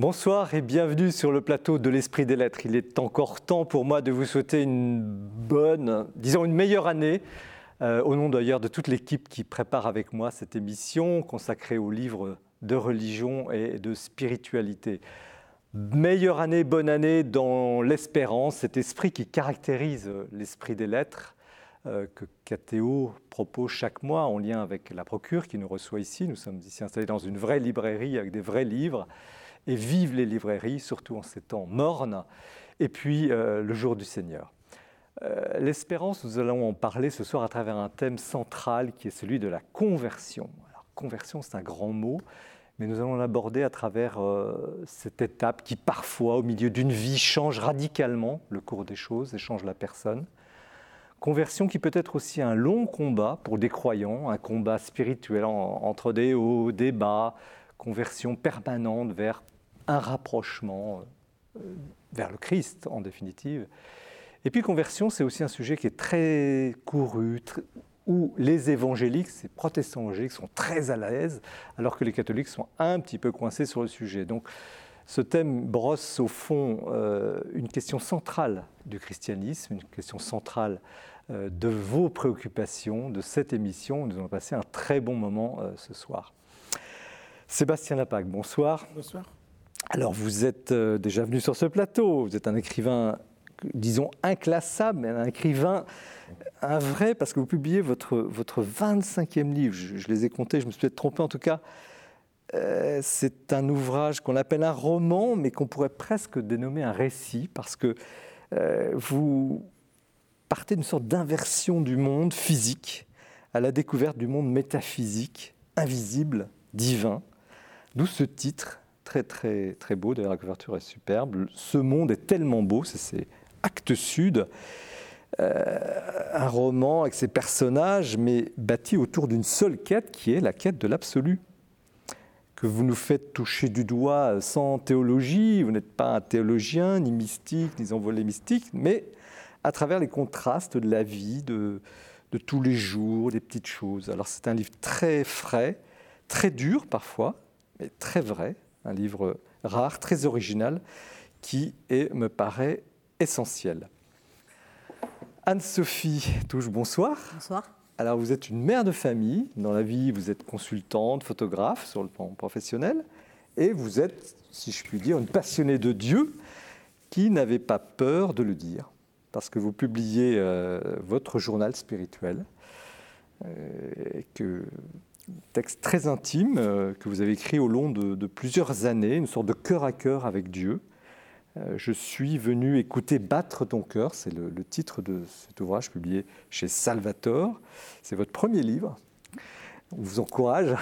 Bonsoir et bienvenue sur le plateau de l'Esprit des Lettres. Il est encore temps pour moi de vous souhaiter une bonne, disons une meilleure année, au nom d'ailleurs de toute l'équipe qui prépare avec moi cette émission consacrée aux livres de religion et de spiritualité. Meilleure année, bonne année dans l'espérance, cet esprit qui caractérise l'Esprit des Lettres, que Cathéo propose chaque mois en lien avec la Procure qui nous reçoit ici. Nous sommes ici installés dans une vraie librairie avec des vrais livres. Et vive les librairies, surtout en ces temps mornes, et puis le jour du Seigneur. L'espérance, nous allons en parler ce soir à travers un thème central qui est celui de la conversion. Alors, conversion, c'est un grand mot, mais nous allons l'aborder à travers cette étape qui parfois, au milieu d'une vie, change radicalement le cours des choses et change la personne. Conversion qui peut être aussi un long combat pour des croyants, un combat spirituel entre des hauts, des bas, conversion permanente vers un rapprochement vers le Christ, en définitive. Et puis conversion, c'est aussi un sujet qui est très couru, où les évangéliques, ces protestants évangéliques, sont très à l'aise, alors que les catholiques sont un petit peu coincés sur le sujet. Donc ce thème brosse au fond une question centrale du christianisme, une question centrale de vos préoccupations, de cette émission. Nous allons passer un très bon moment ce soir. Sébastien Lapague, bonsoir. Bonsoir. Alors, vous êtes déjà venu sur ce plateau. Vous êtes un écrivain, disons, inclassable, mais un écrivain, un vrai, parce que vous publiez votre 25e livre. Je les ai comptés, je me suis peut-être trompé en tout cas. C'est un ouvrage qu'on appelle un roman, mais qu'on pourrait presque dénommer un récit, parce que vous partez d'une sorte d'inversion du monde physique à la découverte du monde métaphysique, invisible, divin. D'où ce titre, très très très beau, d'ailleurs la couverture est superbe. Ce monde est tellement beau, c'est Actes Sud, un roman avec ses personnages, mais bâti autour d'une seule quête, qui est la quête de l'absolu, que vous nous faites toucher du doigt sans théologie. Vous n'êtes pas un théologien, ni mystique, ni envolé mystique, mais à travers les contrastes de la vie, de tous les jours, des petites choses. Alors c'est un livre très frais, très dur parfois, mais très vrai, un livre rare, très original, qui me paraît essentiel. Anne-Sophie Touche, bonsoir. Bonsoir. Alors vous êtes une mère de famille, dans la vie vous êtes consultante, photographe sur le plan professionnel, et vous êtes, si je puis dire, une passionnée de Dieu qui n'avait pas peur de le dire, parce que vous publiez votre journal spirituel, texte très intime que vous avez écrit au long de plusieurs années, une sorte de cœur à cœur avec Dieu. Je suis venu écouter battre ton cœur, c'est le titre de cet ouvrage publié chez Salvator. C'est votre premier livre. On vous encourage.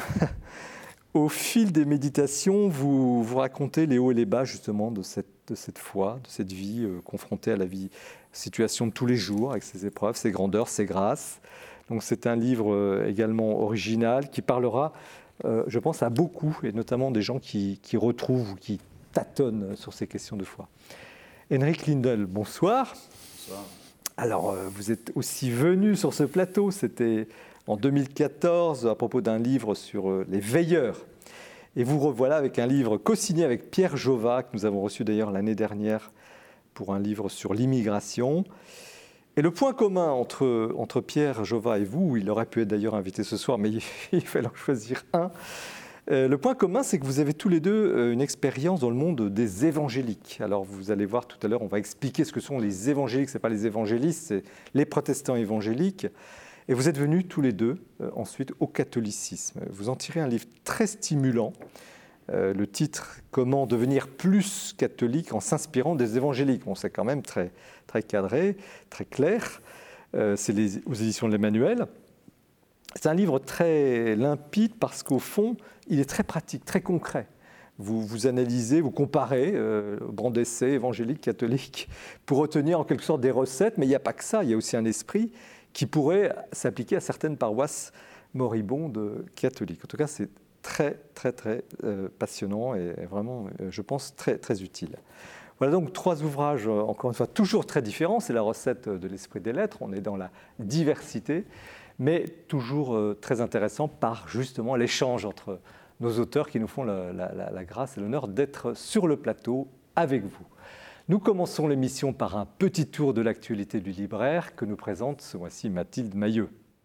Au fil des méditations, vous racontez les hauts et les bas justement de cette foi, de cette vie confrontée à la vie, situation de tous les jours, avec ses épreuves, ses grandeurs, ses grâces. Donc c'est un livre également original qui parlera, je pense, à beaucoup, et notamment des gens qui retrouvent ou qui tâtonnent sur ces questions de foi. Henrik Lindell, bonsoir. Bonsoir. Alors, vous êtes aussi venu sur ce plateau, c'était en 2014, à propos d'un livre sur les veilleurs. Et vous revoilà avec un livre co-signé avec Pierre Jova, que nous avons reçu d'ailleurs l'année dernière pour un livre sur l'immigration. Et le point commun entre Pierre Jova et vous, il aurait pu être d'ailleurs invité ce soir, mais il fallait en choisir un. Le point commun, c'est que vous avez tous les deux une expérience dans le monde des évangéliques. Alors vous allez voir tout à l'heure, on va expliquer ce que sont les évangéliques. Ce n'est pas les évangélistes, c'est les protestants évangéliques. Et vous êtes venus tous les deux ensuite au catholicisme. Vous en tirez un livre très stimulant. Le titre « Comment devenir plus catholique en s'inspirant des évangéliques ». Bon, c'est quand même très, très cadré, très clair. C'est aux éditions de l'Emmanuel. C'est un livre très limpide parce qu'au fond, il est très pratique, très concret. Vous analysez, vous comparez banc d'essai évangélique, catholique, pour retenir en quelque sorte des recettes, mais il n'y a pas que ça, il y a aussi un esprit qui pourrait s'appliquer à certaines paroisses moribondes catholiques. En tout cas, c'est très, très, très passionnant et vraiment, je pense, très, très utile. Voilà donc 3 ouvrages, encore une fois, toujours très différents. C'est la recette de l'Esprit des Lettres. On est dans la diversité, mais toujours très intéressant par justement l'échange entre nos auteurs qui nous font la grâce et l'honneur d'être sur le plateau avec vous. Nous commençons l'émission par un petit tour de l'actualité du libraire que nous présente ce mois-ci Mathilde Mailleux.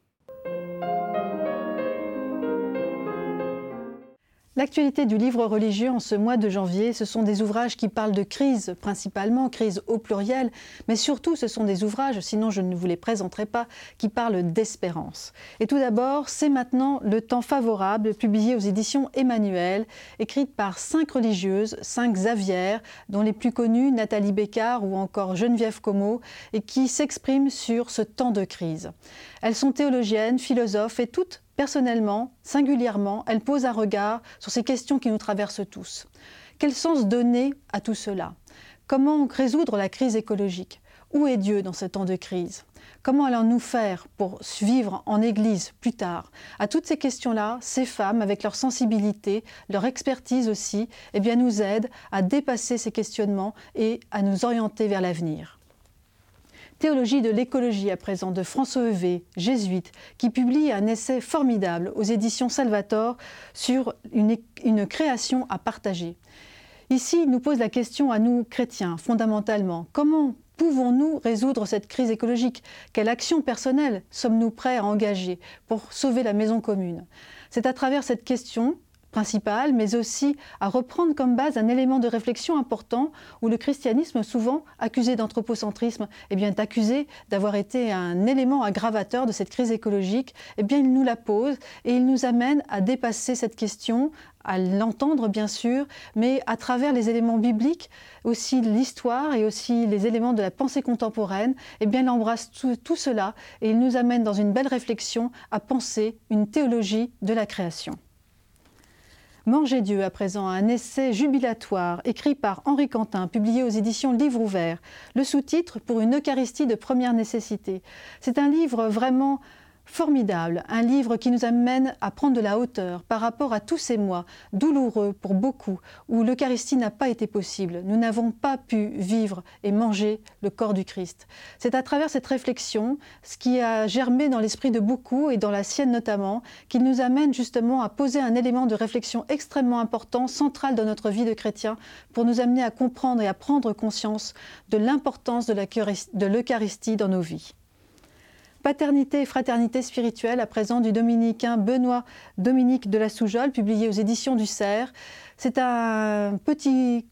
L'actualité du livre religieux en ce mois de janvier, ce sont des ouvrages qui parlent de crise, principalement, crise au pluriel, mais surtout ce sont des ouvrages, sinon je ne vous les présenterai pas, qui parlent d'espérance. Et tout d'abord, C'est maintenant le temps favorable, publié aux éditions Emmanuel, écrite par 5 religieuses, 5 Xavières, dont les plus connues, Nathalie Bécard ou encore Geneviève Como, et qui s'expriment sur ce temps de crise. Elles sont théologiennes, philosophes et toutes personnellement, singulièrement, elles posent un regard sur ces questions qui nous traversent tous. Quel sens donner à tout cela? Comment résoudre la crise écologique? Où est Dieu dans ce temps de crise? Comment allons-nous faire pour vivre en Église plus tard? À toutes ces questions-là, ces femmes, avec leur sensibilité, leur expertise aussi, nous aident à dépasser ces questionnements et à nous orienter vers l'avenir. Théologie de l'écologie à présent de François Heuvet, jésuite, qui publie un essai formidable aux éditions Salvator sur une création à partager. Ici, il nous pose la question à nous, chrétiens, fondamentalement. Comment pouvons-nous résoudre cette crise écologique? Quelle action personnelle sommes-nous prêts à engager pour sauver la maison commune? C'est à travers cette question principale, mais aussi à reprendre comme base un élément de réflexion important où le christianisme, souvent accusé d'anthropocentrisme, est accusé d'avoir été un élément aggravateur de cette crise écologique. Il nous la pose et il nous amène à dépasser cette question, à l'entendre bien sûr, mais à travers les éléments bibliques, aussi l'histoire et aussi les éléments de la pensée contemporaine, il embrasse tout cela et il nous amène dans une belle réflexion à penser une théologie de la création. Manger Dieu à présent, un essai jubilatoire écrit par Henri Quentin, publié aux éditions Livre Ouvert. Le sous-titre « Pour une Eucharistie de première nécessité ». C'est un livre vraiment formidable, un livre qui nous amène à prendre de la hauteur par rapport à tous ces mois douloureux pour beaucoup, où l'Eucharistie n'a pas été possible. Nous n'avons pas pu vivre et manger le corps du Christ. C'est à travers cette réflexion, ce qui a germé dans l'esprit de beaucoup et dans la sienne notamment, qu'il nous amène justement à poser un élément de réflexion extrêmement important, central dans notre vie de chrétien, pour nous amener à comprendre et à prendre conscience de l'importance de l'Eucharistie dans nos vies. Paternité et fraternité spirituelle, à présent du dominicain Benoît Dominique de la Soujole, publié aux éditions du Cerf. C'est un petit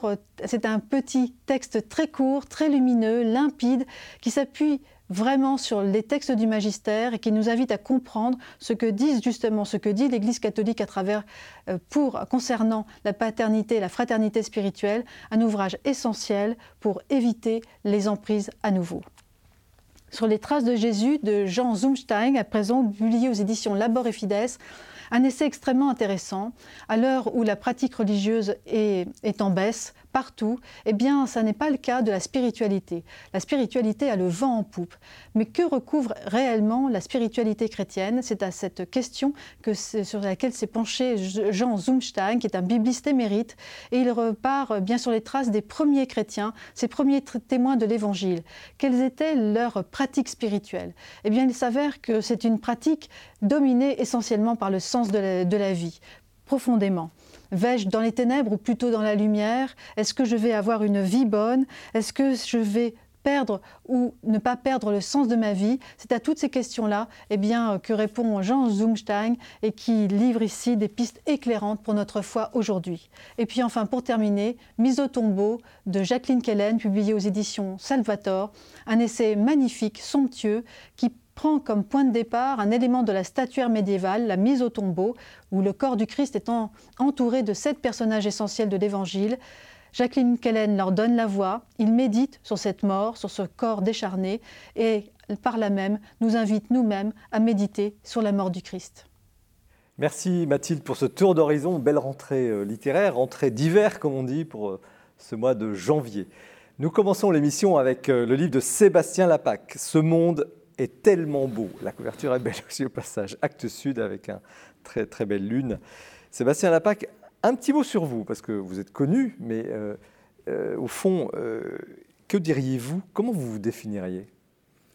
texte très court, très lumineux, limpide, qui s'appuie vraiment sur les textes du magistère et qui nous invite à comprendre ce que dit l'Église catholique concernant la paternité et la fraternité spirituelle, un ouvrage essentiel pour éviter les emprises à nouveau. Sur les traces de Jésus de Jean Zumstein, à présent publié aux éditions Labor et Fides, un essai extrêmement intéressant. À l'heure où la pratique religieuse est en baisse partout, ça n'est pas le cas de la spiritualité. La spiritualité a le vent en poupe. Mais que recouvre réellement la spiritualité chrétienne? C'est à cette question sur laquelle s'est penché Jean Zumstein, qui est un bibliste émérite, et il repart bien sur les traces des premiers chrétiens, ces premiers témoins de l'Évangile. Quelles étaient leurs pratiques spirituelles? Il s'avère que c'est une pratique dominée essentiellement par le sens de la vie, profondément. Vais-je dans les ténèbres ou plutôt dans la lumière? Est-ce que je vais avoir une vie bonne? Est-ce que je vais perdre ou ne pas perdre le sens de ma vie? C'est à toutes ces questions-là que répond Jean Zumstein et qui livre ici des pistes éclairantes pour notre foi aujourd'hui. Et puis enfin, pour terminer, Mise au tombeau de Jacqueline Kellen, publié aux éditions Salvator, un essai magnifique, somptueux, qui prend comme point de départ un élément de la statuaire médiévale, la mise au tombeau, où le corps du Christ est entouré de 7 personnages essentiels de l'Évangile. Jacqueline Kellen leur donne la voix, ils méditent sur cette mort, sur ce corps décharné, et par là même nous invite nous-mêmes à méditer sur la mort du Christ. Merci Mathilde pour ce tour d'horizon, belle rentrée littéraire, rentrée d'hiver comme on dit pour ce mois de janvier. Nous commençons l'émission avec le livre de Sébastien Lapaque, Ce monde est tellement beau. La couverture est belle aussi au passage. Actes Sud avec un très très belle lune. Sébastien Lapaque, un petit mot sur vous, parce que vous êtes connu, mais au fond, que diriez-vous? Comment vous vous définiriez?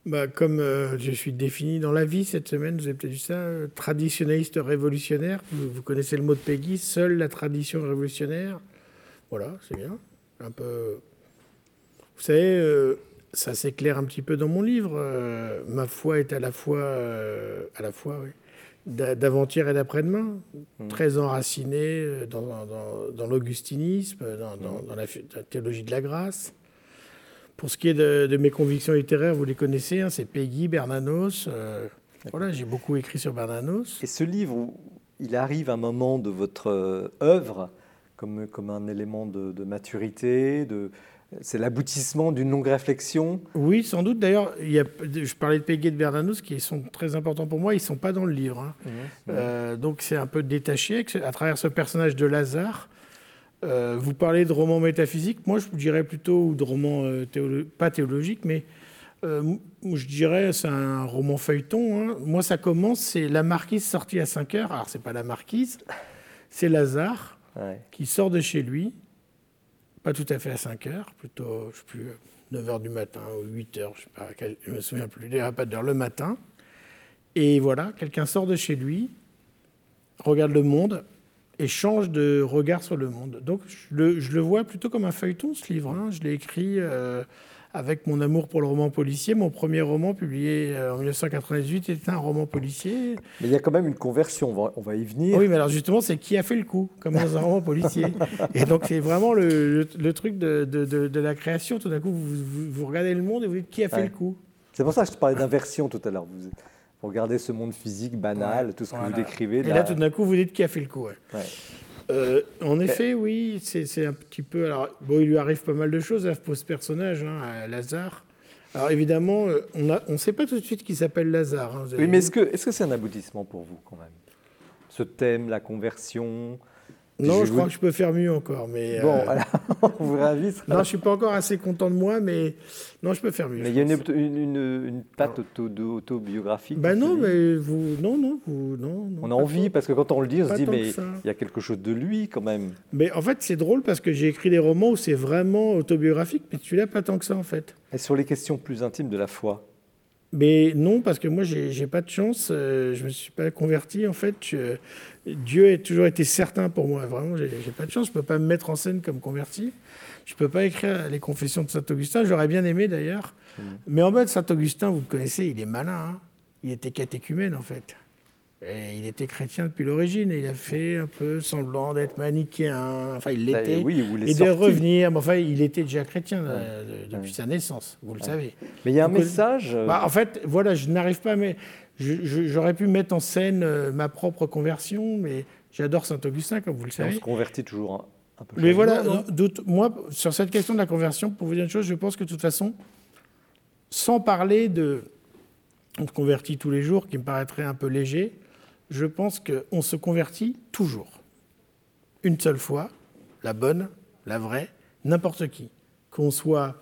Comme je suis défini dans la vie cette semaine, vous avez peut-être vu ça, traditionnaliste révolutionnaire. Vous connaissez le mot de Peggy, seule la tradition révolutionnaire. Voilà, c'est bien. Un peu. Vous savez, ça s'éclaire un petit peu dans mon livre. Ma foi est à la fois, oui, d'avant-hier et d'après-demain, très enraciné dans l'augustinisme, dans la théologie de la grâce. Pour ce qui est de mes convictions littéraires, vous les connaissez, hein, c'est Peggy, Bernanos. Voilà, j'ai beaucoup écrit sur Bernanos. Et ce livre, il arrive à un moment de votre œuvre comme un élément de maturité, c'est l'aboutissement d'une longue réflexion. Oui, sans doute. D'ailleurs, je parlais de Peggy et de Bernanos, qui sont très importants pour moi. Ils ne sont pas dans le livre. Hein. Donc c'est un peu détaché à travers ce personnage de Lazare. Vous parlez de romans métaphysiques. Moi, je dirais plutôt de romans pas théologiques, mais je dirais c'est un roman feuilleton. Hein. Moi, ça commence, c'est La Marquise sortie à 5 heures. Alors, c'est pas La Marquise, c'est Lazare qui sort de chez lui, pas tout à fait à 5 heures, plutôt, je sais plus, 9 heures du matin ou 8 heures, je sais pas, je me souviens plus, il n'y a pas d'heure, le matin. Et voilà, quelqu'un sort de chez lui, regarde le monde et change de regard sur le monde. Donc, je le vois plutôt comme un feuilleton, ce livre. Hein. Je l'ai écrit avec mon amour pour le roman policier. Mon premier roman, publié en 1998, était un roman policier. Mais il y a quand même une conversion, on va y venir. Oui, mais alors justement, c'est qui a fait le coup, comme dans un roman policier. Et donc, c'est vraiment le truc de la création. Tout d'un coup, vous regardez le monde et vous dites qui a fait le coup. C'est pour ça que je te parlais d'inversion tout à l'heure. Vous regardez ce monde physique banal, tout ce que vous décrivez. Et là, tout d'un coup, vous dites qui a fait le coup. En effet, oui, c'est un petit peu... Alors, bon, il lui arrive pas mal de choses à ce personnage, hein, à Lazare. Alors évidemment, on ne sait pas tout de suite qu'il s'appelle Lazare. Hein, oui, mais est-ce que c'est un aboutissement pour vous quand même? Ce thème, la conversion? Non, je crois que je peux faire mieux encore. Mais, bon, alors, on vous réinvite. Non, je ne suis pas encore assez content de moi, mais non, je peux faire mieux. Mais il y a une patte autobiographique. Non, mais non. On a envie, parce que quand on le dit, on se dit, mais il y a quelque chose de lui quand même. Mais en fait, c'est drôle parce que j'ai écrit des romans où c'est vraiment autobiographique, mais celui-là, pas tant que ça en fait. Et sur les questions plus intimes de la foi? Mais non, parce que moi, j'ai pas de chance. Je me suis pas converti. En fait, Dieu a toujours été certain pour moi. Vraiment, j'ai pas de chance. Je peux pas me mettre en scène comme converti. Je peux pas écrire les confessions de Saint-Augustin. J'aurais bien aimé d'ailleurs. Mais en mode Saint-Augustin, vous le connaissez, il est malin. Hein. Il était catéchumène en fait. Et il était chrétien depuis l'origine et il a fait un peu semblant d'être manichéen. Enfin, il l'était. Oui, et de revenir. Mais enfin, il était déjà chrétien depuis sa naissance, vous le savez. Mais il y a un message. En fait, voilà, je n'arrive pas, mais j'aurais pu mettre en scène ma propre conversion, mais j'adore Saint-Augustin, comme vous le savez. On se convertit toujours un peu. Mais voilà, moi, sur cette question de la conversion, pour vous dire une chose, je pense que de toute façon, sans parler de. On se convertit tous les jours, qui me paraîtrait un peu léger. Je pense qu'on se convertit toujours. Une seule fois, la bonne, la vraie, n'importe qui. Qu'on soit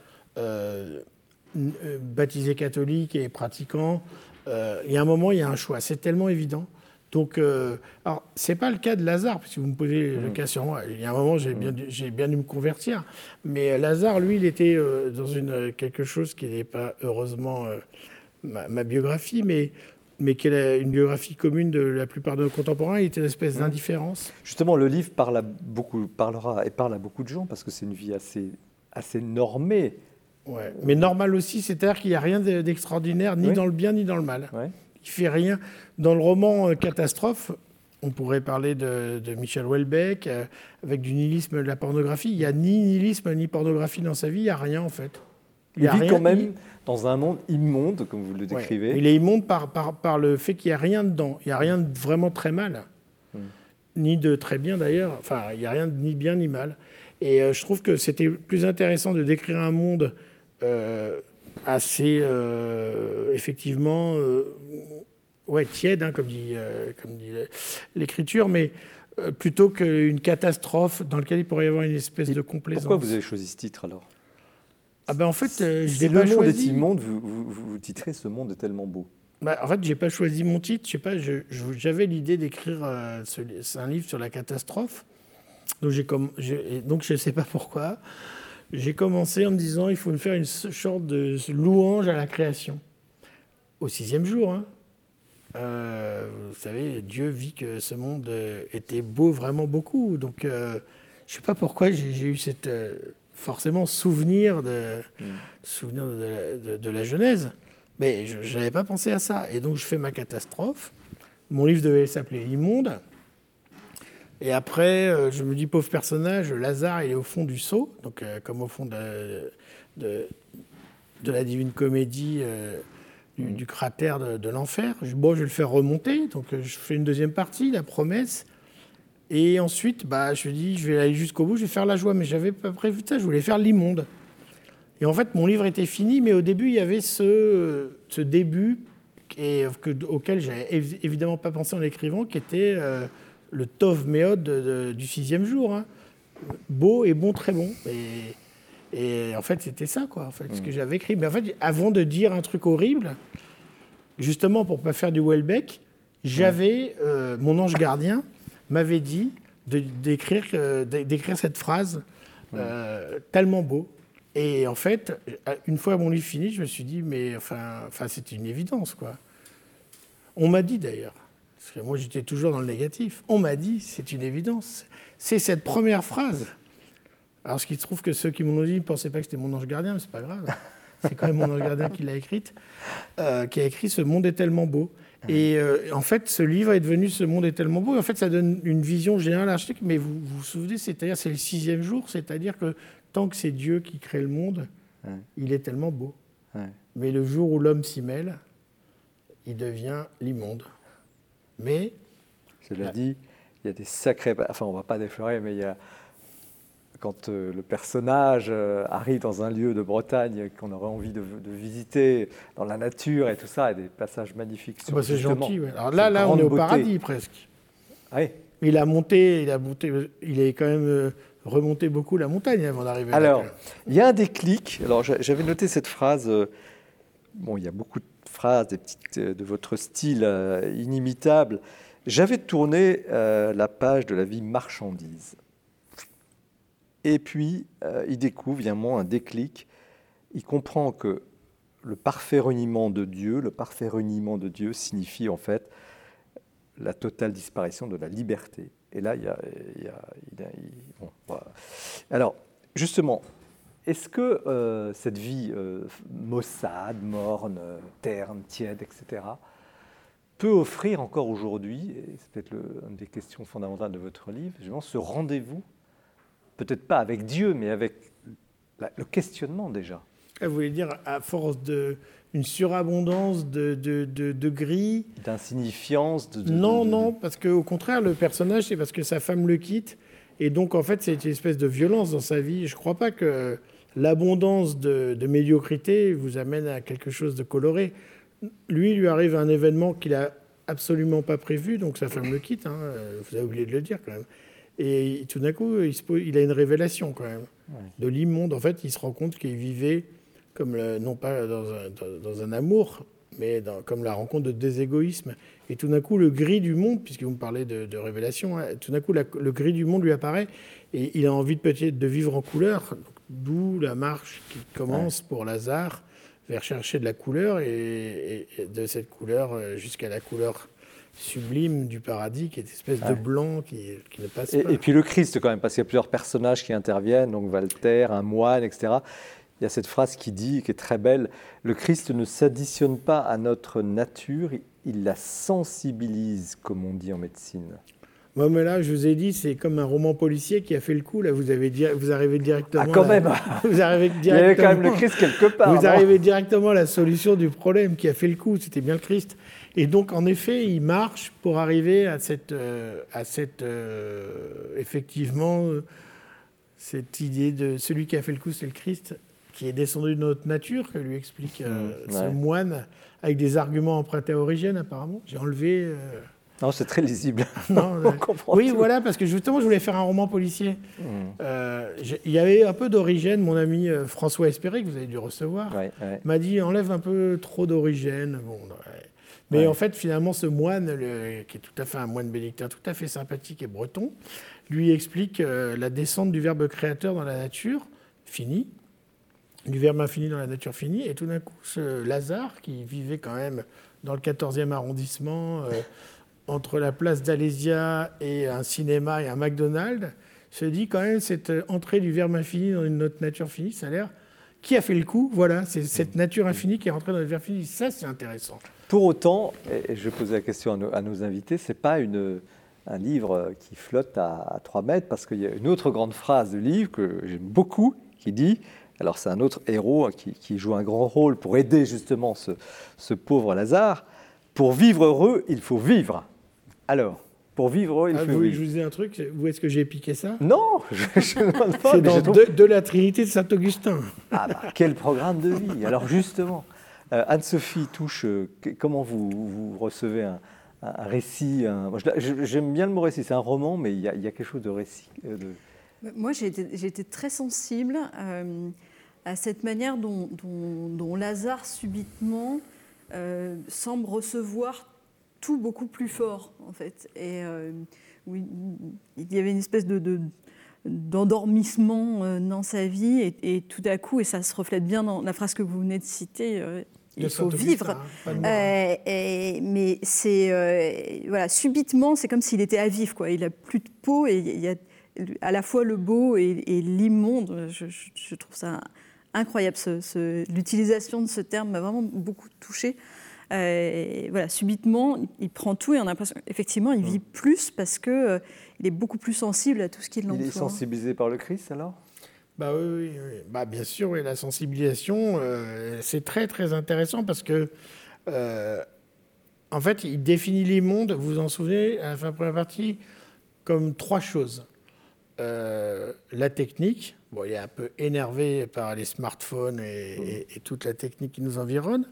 baptisé catholique et pratiquant, il y a un moment, il y a un choix. C'est tellement évident. Donc, alors, ce n'est pas le cas de Lazare, si vous me posez le cas sur moi. Il y a un moment, j'ai bien dû me convertir. Mais Lazare, lui, il était dans quelque chose qui n'est pas, heureusement, ma biographie, mais qui est une biographie commune de la plupart de nos contemporains. Il était une espèce d'indifférence. Justement, le livre parle à beaucoup de gens, parce que c'est une vie assez normée. Ouais. Mais normal aussi, c'est-à-dire qu'il n'y a rien d'extraordinaire, ni dans le bien, ni dans le mal. Ouais. Il ne fait rien. Dans le roman Catastrophe, on pourrait parler de Michel Houellebecq, avec du nihilisme de la pornographie. Il n'y a ni nihilisme, ni pornographie dans sa vie, il n'y a rien en fait. Il vit quand même dans un monde immonde, comme vous le décrivez. Ouais. Il est immonde par le fait qu'il n'y a rien dedans. Il n'y a rien de vraiment très mal, ni de très bien d'ailleurs. Enfin, il n'y a rien de ni bien ni mal. Et je trouve que c'était plus intéressant de décrire un monde assez, effectivement, tiède, hein, comme dit l'écriture, mais plutôt qu'une catastrophe dans laquelle il pourrait y avoir une espèce de complaisance. Pourquoi vous avez choisi ce titre alors? En fait, je l'ai pas choisi. Le monde est immonde, vous titrez ce monde est tellement beau. En fait, j'ai pas choisi mon titre. Je sais pas. J'avais l'idée d'écrire un livre sur la catastrophe. Donc je sais pas pourquoi. J'ai commencé en me disant il faut faire une sorte de louange à la création. au 6e jour. Hein. Vous savez, Dieu vit que ce monde était beau vraiment beaucoup. Donc, je ne sais pas pourquoi j'ai eu cette forcément souvenir de la Genèse, mais je n'avais pas pensé à ça. Et donc, je fais ma catastrophe. Mon livre devait s'appeler Immonde. Et après, je me dis, pauvre personnage, Lazare, il est au fond du seau, donc comme au fond de la Divine Comédie. Du cratère de l'enfer. Je vais le faire remonter, donc je fais une deuxième partie, la promesse, et ensuite, je me dis, je vais aller jusqu'au bout, je vais faire la joie, mais j'avais pas prévu ça, je voulais faire l'immonde. Et en fait, mon livre était fini, mais au début, il y avait ce début auquel j'avais évidemment pas pensé en l'écrivant, qui était le Tov Méod du 6e jour. Hein. Beau et bon, très bon. Et en fait, c'était ça, quoi, en fait, ce que j'avais écrit. Mais en fait, avant de dire un truc horrible, justement, pour ne pas faire du Houellebecq, j'avais... mon ange gardien m'avait dit d'écrire cette phrase tellement beau. Et en fait, une fois mon livre fini, je me suis dit, mais enfin c'était une évidence, quoi. On m'a dit, d'ailleurs, parce que moi, j'étais toujours dans le négatif, on m'a dit, c'est une évidence. C'est cette première phrase... Alors, ce qui se trouve que ceux qui m'ont dit ne pensaient pas que c'était mon ange gardien, mais c'est pas grave. C'est quand même mon ange gardien qui l'a écrite, qui a écrit « Ce monde est tellement beau ». Et en fait, ce livre est devenu « Ce monde est tellement beau ». Et en fait, ça donne une vision générale artistique. Mais vous vous souvenez, c'est-à-dire c'est le 6e jour, c'est-à-dire que tant que c'est Dieu qui crée le monde, il est tellement beau. Mais le jour où l'homme s'y mêle, il devient l'immonde. Mais... Cela dit, il y a des sacrés... Enfin, on ne va pas déflorer, mais il y a... Quand le personnage arrive dans un lieu de Bretagne qu'on aurait envie de visiter, dans la nature et tout ça, il y a des passages magnifiques. C'est gentil. Ouais. Alors là, on est au paradis presque. Oui. Il est quand même remonté beaucoup la montagne avant d'arriver là. Alors, il y a un déclic. Alors, j'avais noté cette phrase. Bon, il y a beaucoup de phrases, des petites de votre style inimitable. J'avais tourné la page de la vie marchandise. Et puis, il découvre, évidemment, un déclic. Il comprend que le parfait reniement de Dieu signifie en fait la totale disparition de la liberté. Et là, bon, voilà. Alors, justement, est-ce que cette vie maussade, morne, terne, tiède, etc., peut offrir encore aujourd'hui, et c'est peut-être une des questions fondamentales de votre livre, justement, ce rendez-vous, peut-être pas avec Dieu, mais avec le questionnement déjà. Vous voulez dire, à force d'une surabondance de gris, d'insignifiance Non, parce qu'au contraire, le personnage, c'est parce que sa femme le quitte, et donc en fait, c'est une espèce de violence dans sa vie. Je ne crois pas que l'abondance de médiocrité vous amène à quelque chose de coloré. Lui arrive un événement qu'il n'a absolument pas prévu, donc sa femme le quitte, hein, vous avez oublié de le dire quand même. Et tout d'un coup, il a une révélation quand même de l'immonde. En fait, il se rend compte qu'il vivait comme non pas dans un amour, mais comme la rencontre de deux égoïsmes. Et tout d'un coup, le gris du monde, puisque vous me parlez de révélation, hein, tout d'un coup, le gris du monde lui apparaît et il a envie peut-être de vivre en couleur, d'où la marche qui commence pour Lazare vers chercher de la couleur et de cette couleur jusqu'à la couleur sublime du paradis, qui est une espèce de blanc qui ne passe pas. Et puis le Christ quand même, parce qu'il y a plusieurs personnages qui interviennent, donc Walter, un moine, etc. Il y a cette phrase qui est très belle, le Christ ne s'additionne pas à notre nature, il la sensibilise, comme on dit en médecine. Moi, mais là, je vous ai dit, c'est comme un roman policier qui a fait le coup. Là, vous arrivez directement. Ah, quand même. Vous arrivez directement. Il y avait quand même le Christ quelque part. Vous arrivez directement à la solution du problème qui a fait le coup. C'était bien le Christ. Et donc, en effet, il marche pour arriver à effectivement, cette idée de celui qui a fait le coup, c'est le Christ, qui est descendu de notre nature, que lui explique ce moine, avec des arguments empruntés à Origène, apparemment. J'ai enlevé. Non, c'est très lisible. Non, on comprend oui, tout. Voilà, parce que justement, je voulais faire un roman policier. Il y avait un peu d'Origène. Mon ami François Espéré, que vous avez dû recevoir, m'a dit enlève un peu trop d'Origène. Bon, mais en fait, finalement, ce moine, qui est tout à fait un moine bénédictin, tout à fait sympathique et breton, lui explique la descente du Verbe créateur dans la nature, fini. du verbe infini dans la nature finie. Et tout d'un coup, ce Lazare, qui vivait quand même dans le 14e arrondissement, entre la place d'Alésia et un cinéma et un McDonald's, se dit quand même cette entrée du verbe infini dans une autre nature finie, ça a l'air... Qui a fait le coup? Voilà, c'est cette nature infinie qui est rentrée dans le verbe fini. Ça, c'est intéressant. Pour autant, et je posais la question à nos invités, ce n'est pas un livre qui flotte à 3 mètres, parce qu'il y a une autre grande phrase du livre que j'aime beaucoup, qui dit, alors c'est un autre héros qui joue un grand rôle pour aider justement ce pauvre Lazare, pour vivre heureux, il faut vivre. Alors, pour vivre heureux, il faut vivre. Je vous disais un truc, où est-ce que j'ai piqué ça? Non, je ne demande pas. C'est dans de la Trinité de Saint-Augustin. Ah bah, quel programme de vie. Alors justement, Anne-Sophie Touche, comment vous recevez un récit j'aime bien le mot récit, c'est un roman, mais il y a quelque chose de récit. Moi, j'ai été très sensible à cette manière dont Lazare, subitement, semble recevoir tout beaucoup plus fort, en fait. Et oui, il y avait une espèce d'endormissement dans sa vie, et tout à coup, et ça se reflète bien dans la phrase que vous venez de citer, il faut vivre. Mais c'est voilà, subitement, c'est comme s'il était à vif, quoi. Il a plus de peau, et il y a à la fois le beau et l'immonde. Je trouve ça incroyable. L'utilisation de ce terme m'a vraiment beaucoup touchée. Voilà, subitement, il prend tout, et on a l'impression qu'effectivement, il vit plus parce qu'il est beaucoup plus sensible à tout ce qui l'entoure. Il est sensibilisé par le Christ, alors ? Bah oui. Bah, bien sûr, oui, la sensibilisation, c'est très, très intéressant parce que, en fait, il définit les mondes, vous vous en souvenez, à la fin de la première partie, comme 3 choses. La technique, bon, il est un peu énervé par les smartphones et toute la technique qui nous environne.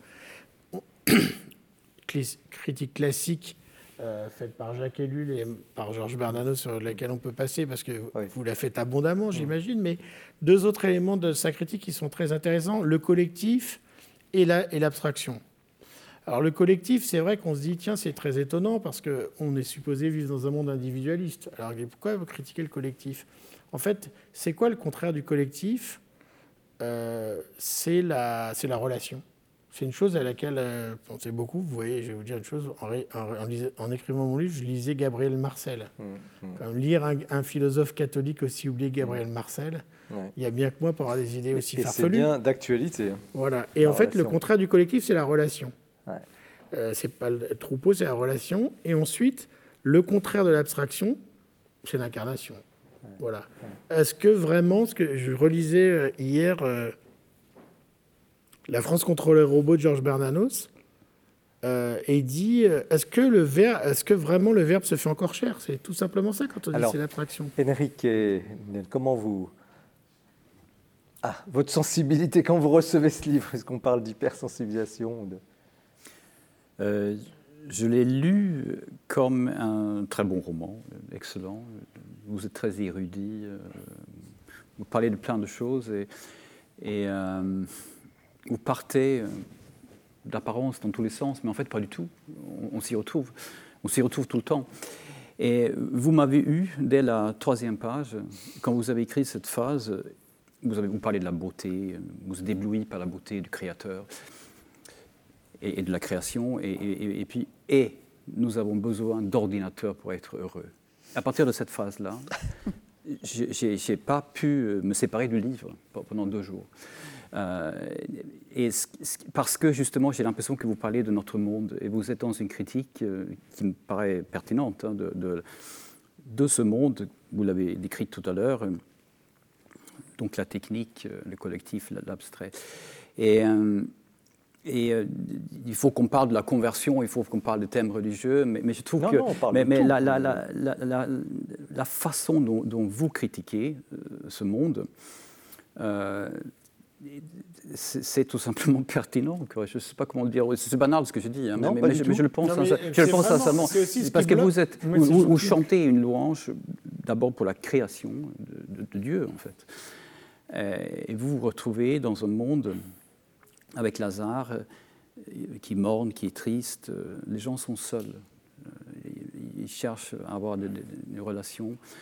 Critique classique faite par Jacques Ellul et par Georges Bernanos, sur laquelle on peut passer parce que vous la faites abondamment, j'imagine. Mais 2 autres éléments de sa critique qui sont très intéressants, le collectif et l'abstraction. Alors le collectif, c'est vrai qu'on se dit, tiens, c'est très étonnant parce qu'on est supposé vivre dans un monde individualiste. Alors pourquoi vous critiquez le collectif? En fait, c'est quoi le contraire du collectif? C'est la relation. C'est une chose à laquelle je pensais beaucoup. Vous voyez, je vais vous dire une chose. En écrivant mon livre, je lisais Gabriel Marcel. Lire un philosophe catholique aussi oublié Gabriel Marcel, il y a bien que moi pour avoir des idées aussi farfelues. C'est bien d'actualité. Voilà. Et en fait, le contraire du collectif, c'est la relation. C'est pas le troupeau, c'est la relation. Et ensuite, le contraire de l'abstraction, c'est l'incarnation. Voilà. Est-ce que vraiment, ce que je relisais hier... La France contre les robots de Georges Bernanos, et dit est-ce que vraiment le verbe se fait encore cher? C'est tout simplement ça quand on dit c'est l'abstraction. Henrik, comment votre sensibilité quand vous recevez ce livre, est-ce qu'on parle d'hypersensibilisation Je l'ai lu comme un très bon roman, excellent. Vous êtes très érudit, vous parlez de plein de choses et vous partez d'apparence dans tous les sens, mais en fait pas du tout. On s'y retrouve. On s'y retrouve tout le temps. Et vous m'avez eu dès la 3e page, quand vous avez écrit cette phrase, vous parlez de la beauté, vous êtes ébloui par la beauté du Créateur et de la création, et puis nous avons besoin d'ordinateurs pour être heureux. À partir de cette phrase-là, j'ai pas pu me séparer du livre pendant 2 jours. Parce que justement j'ai l'impression que vous parlez de notre monde et vous êtes dans une critique qui me paraît pertinente de ce monde, vous l'avez décrit tout à l'heure, donc la technique, le collectif, l'abstrait. Et il faut qu'on parle de la conversion, il faut qu'on parle des thèmes religieux, mais je trouve la façon dont vous critiquez ce monde, c'est tout simplement pertinent. Je ne sais pas comment le dire. C'est banal ce que je dis, mais je le pense. Je le pense sincèrement. Parce que vous chantez une louange d'abord pour la création de Dieu, en fait. Et vous vous retrouvez dans un monde avec Lazare qui morne, qui est triste. Les gens sont seuls. Ils cherchent à avoir des relations.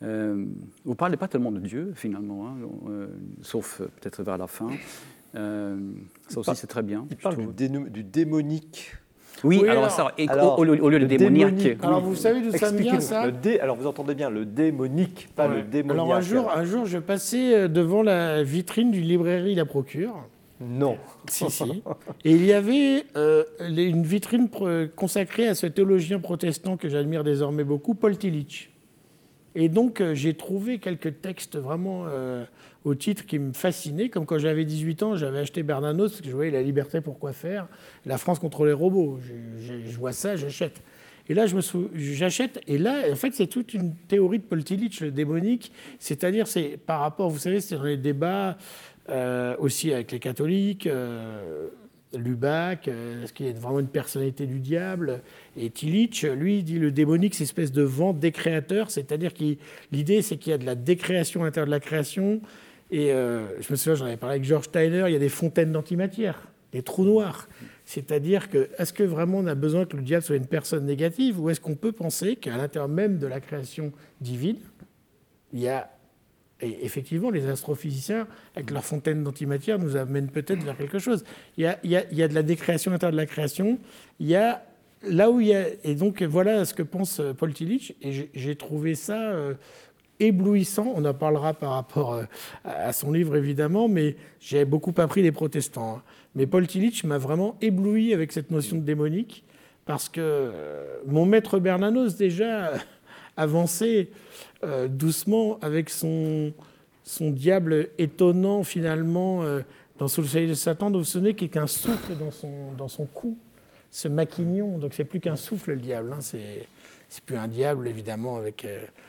Vous ne parlez pas tellement de Dieu, finalement, hein, sauf peut-être vers la fin. Ça aussi, c'est très bien. Il parle du démonique. Oui, alors, au lieu de démoniaque. Alors, vous savez d'où ça me vient, ça ? Alors, vous entendez bien, le démonique, pas le démoniaque. Alors, un jour, je passais devant la vitrine d'une librairie La Procure. Non. Si. Et il y avait une vitrine consacrée à ce théologien protestant que j'admire désormais beaucoup, Paul Tillich. Et donc, j'ai trouvé quelques textes vraiment au titre qui me fascinaient, comme quand j'avais 18 ans, j'avais acheté Bernanos, parce que je voyais La liberté, pourquoi faire, La France contre les robots. Je vois ça, j'achète. Et là, j'achète, et là, en fait, c'est toute une théorie de Paul Tillich, le démonique, c'est-à-dire, c'est par rapport, vous savez, c'est dans les débats aussi avec les catholiques, Lubac, est-ce qu'il y a vraiment une personnalité du diable ? Et Tillich, lui, dit le démonique, c'est une espèce de vent décréateur, c'est-à-dire que l'idée, c'est qu'il y a de la décréation à l'intérieur de la création. Et je me souviens, j'en avais parlé avec George Steiner, il y a des fontaines d'antimatière, des trous noirs. C'est-à-dire que, est-ce que vraiment on a besoin que le diable soit une personne négative, ou est-ce qu'on peut penser qu'à l'intérieur même de la création divine, il y a... Et effectivement, les astrophysiciens, avec leur fontaine d'antimatière, nous amènent peut-être vers quelque chose. Il y a de la décréation à l'intérieur de la création. Il y a là où il y a... Et donc, voilà ce que pense Paul Tillich. Et j'ai trouvé ça éblouissant. On en parlera par rapport à son livre, évidemment, mais j'ai beaucoup appris des protestants. Hein. Mais Paul Tillich m'a vraiment ébloui avec cette notion de démonique, parce que mon maître Bernanos, déjà, avançait doucement avec son diable étonnant, finalement, dans Sous le soleil de Satan, dont vous vous souvenez, qui est qu'un souffle dans son cou, ce maquignon. Donc, c'est plus qu'un souffle, le diable. Hein. C'est plus un diable, évidemment, avec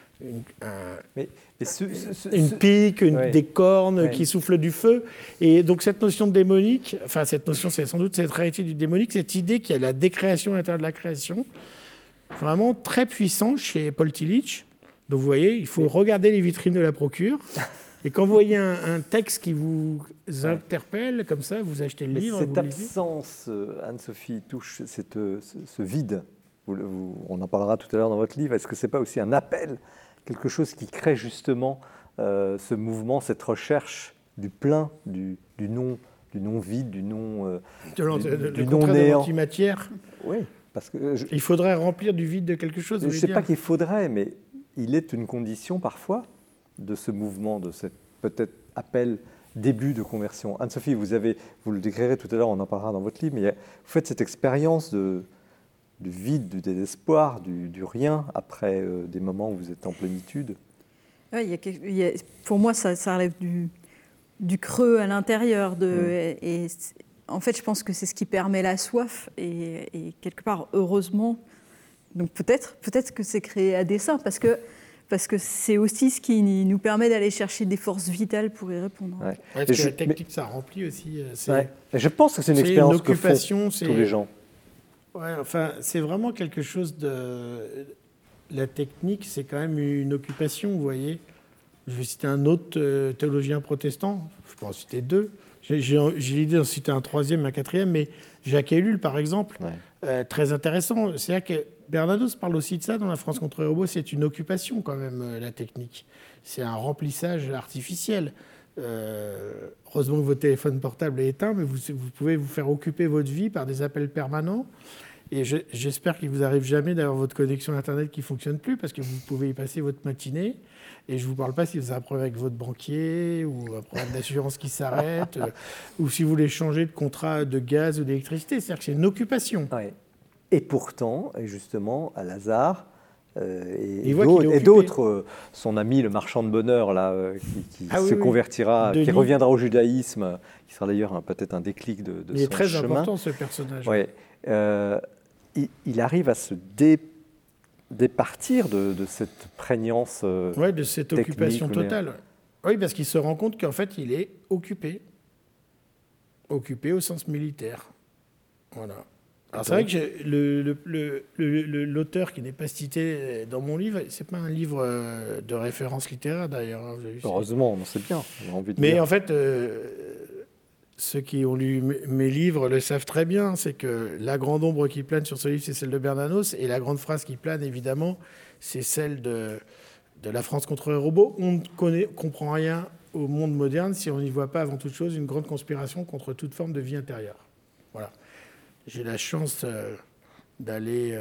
une pique, des cornes qui soufflent du feu. Et donc, cette notion de démonique, enfin, cette notion, c'est sans doute cette réalité du démonique, cette idée qu'il y a la décréation à l'intérieur de la création, vraiment très puissant chez Paul Tillich. Donc, vous voyez, il faut regarder les vitrines de La Procure. Et quand vous voyez un texte qui vous interpelle, comme ça, vous achetez le livre. Cette absence, Anne-Sophie, touche ce vide. On en parlera tout à l'heure dans votre livre. Est-ce que ce n'est pas aussi un appel, quelque chose qui crée justement ce mouvement, cette recherche du plein, du non vide, du non néant, antimatière. Oui, parce que il faudrait remplir du vide de quelque chose. Je ne sais pas qu'il faudrait, mais il est une condition parfois de ce mouvement, de cet peut-être appel, début de conversion. Anne-Sophie, vous le décrirez tout à l'heure, on en parlera dans votre livre, mais vous faites cette expérience du vide, du désespoir, du rien, après des moments où vous êtes en plénitude. Oui, pour moi, ça relève du creux à l'intérieur. Et en fait, je pense que c'est ce qui permet la soif. Et quelque part, heureusement, donc peut-être que c'est créé à dessein, parce que c'est aussi ce qui nous permet d'aller chercher des forces vitales pour y répondre. Ouais. Parce que la technique, ça remplit aussi. Je pense que c'est une expérience que font tous les gens. Ouais, enfin, c'est vraiment quelque chose de... La technique, c'est quand même une occupation, vous voyez. Je vais citer un autre théologien protestant, je peux en citer deux. J'ai l'idée d'en citer un troisième, un quatrième, mais Jacques Ellul, par exemple, très intéressant. C'est-à-dire que Bernanos parle aussi de ça dans La France contre les robots. C'est une occupation, quand même, la technique. C'est un remplissage artificiel. Heureusement que votre téléphone portable est éteint, mais vous pouvez vous faire occuper votre vie par des appels permanents. Et j'espère qu'il ne vous arrive jamais d'avoir votre connexion Internet qui ne fonctionne plus, parce que vous pouvez y passer votre matinée. Et je ne vous parle pas si vous avez un problème avec votre banquier, ou un problème d'assurance qui s'arrête, ou si vous voulez changer de contrat de gaz ou d'électricité. C'est-à-dire que c'est une occupation. Ouais. Et pourtant, et justement, à Lazare, et d'autres, son ami le marchand de bonheur là, qui se convertira, qui reviendra au judaïsme, qui sera d'ailleurs peut-être un déclic de son chemin. Il est très important, ce personnage. Ouais. Il arrive à se départir de cette prégnance de cette occupation totale. Oui, parce qu'il se rend compte qu'en fait, il est occupé. Occupé au sens militaire. Voilà. Alors, c'est vrai que l'auteur qui n'est pas cité dans mon livre, c'est pas un livre de référence littéraire d'ailleurs. Hein, heureusement, on sait bien. On a envie de Mais dire. En fait, ceux qui ont lu mes livres le savent très bien, c'est que la grande ombre qui plane sur ce livre, c'est celle de Bernanos, et la grande phrase qui plane, évidemment, c'est celle de La France contre les robots, on ne comprend rien au monde moderne si on n'y voit pas avant toute chose une grande conspiration contre toute forme de vie intérieure. Voilà. J'ai la chance d'aller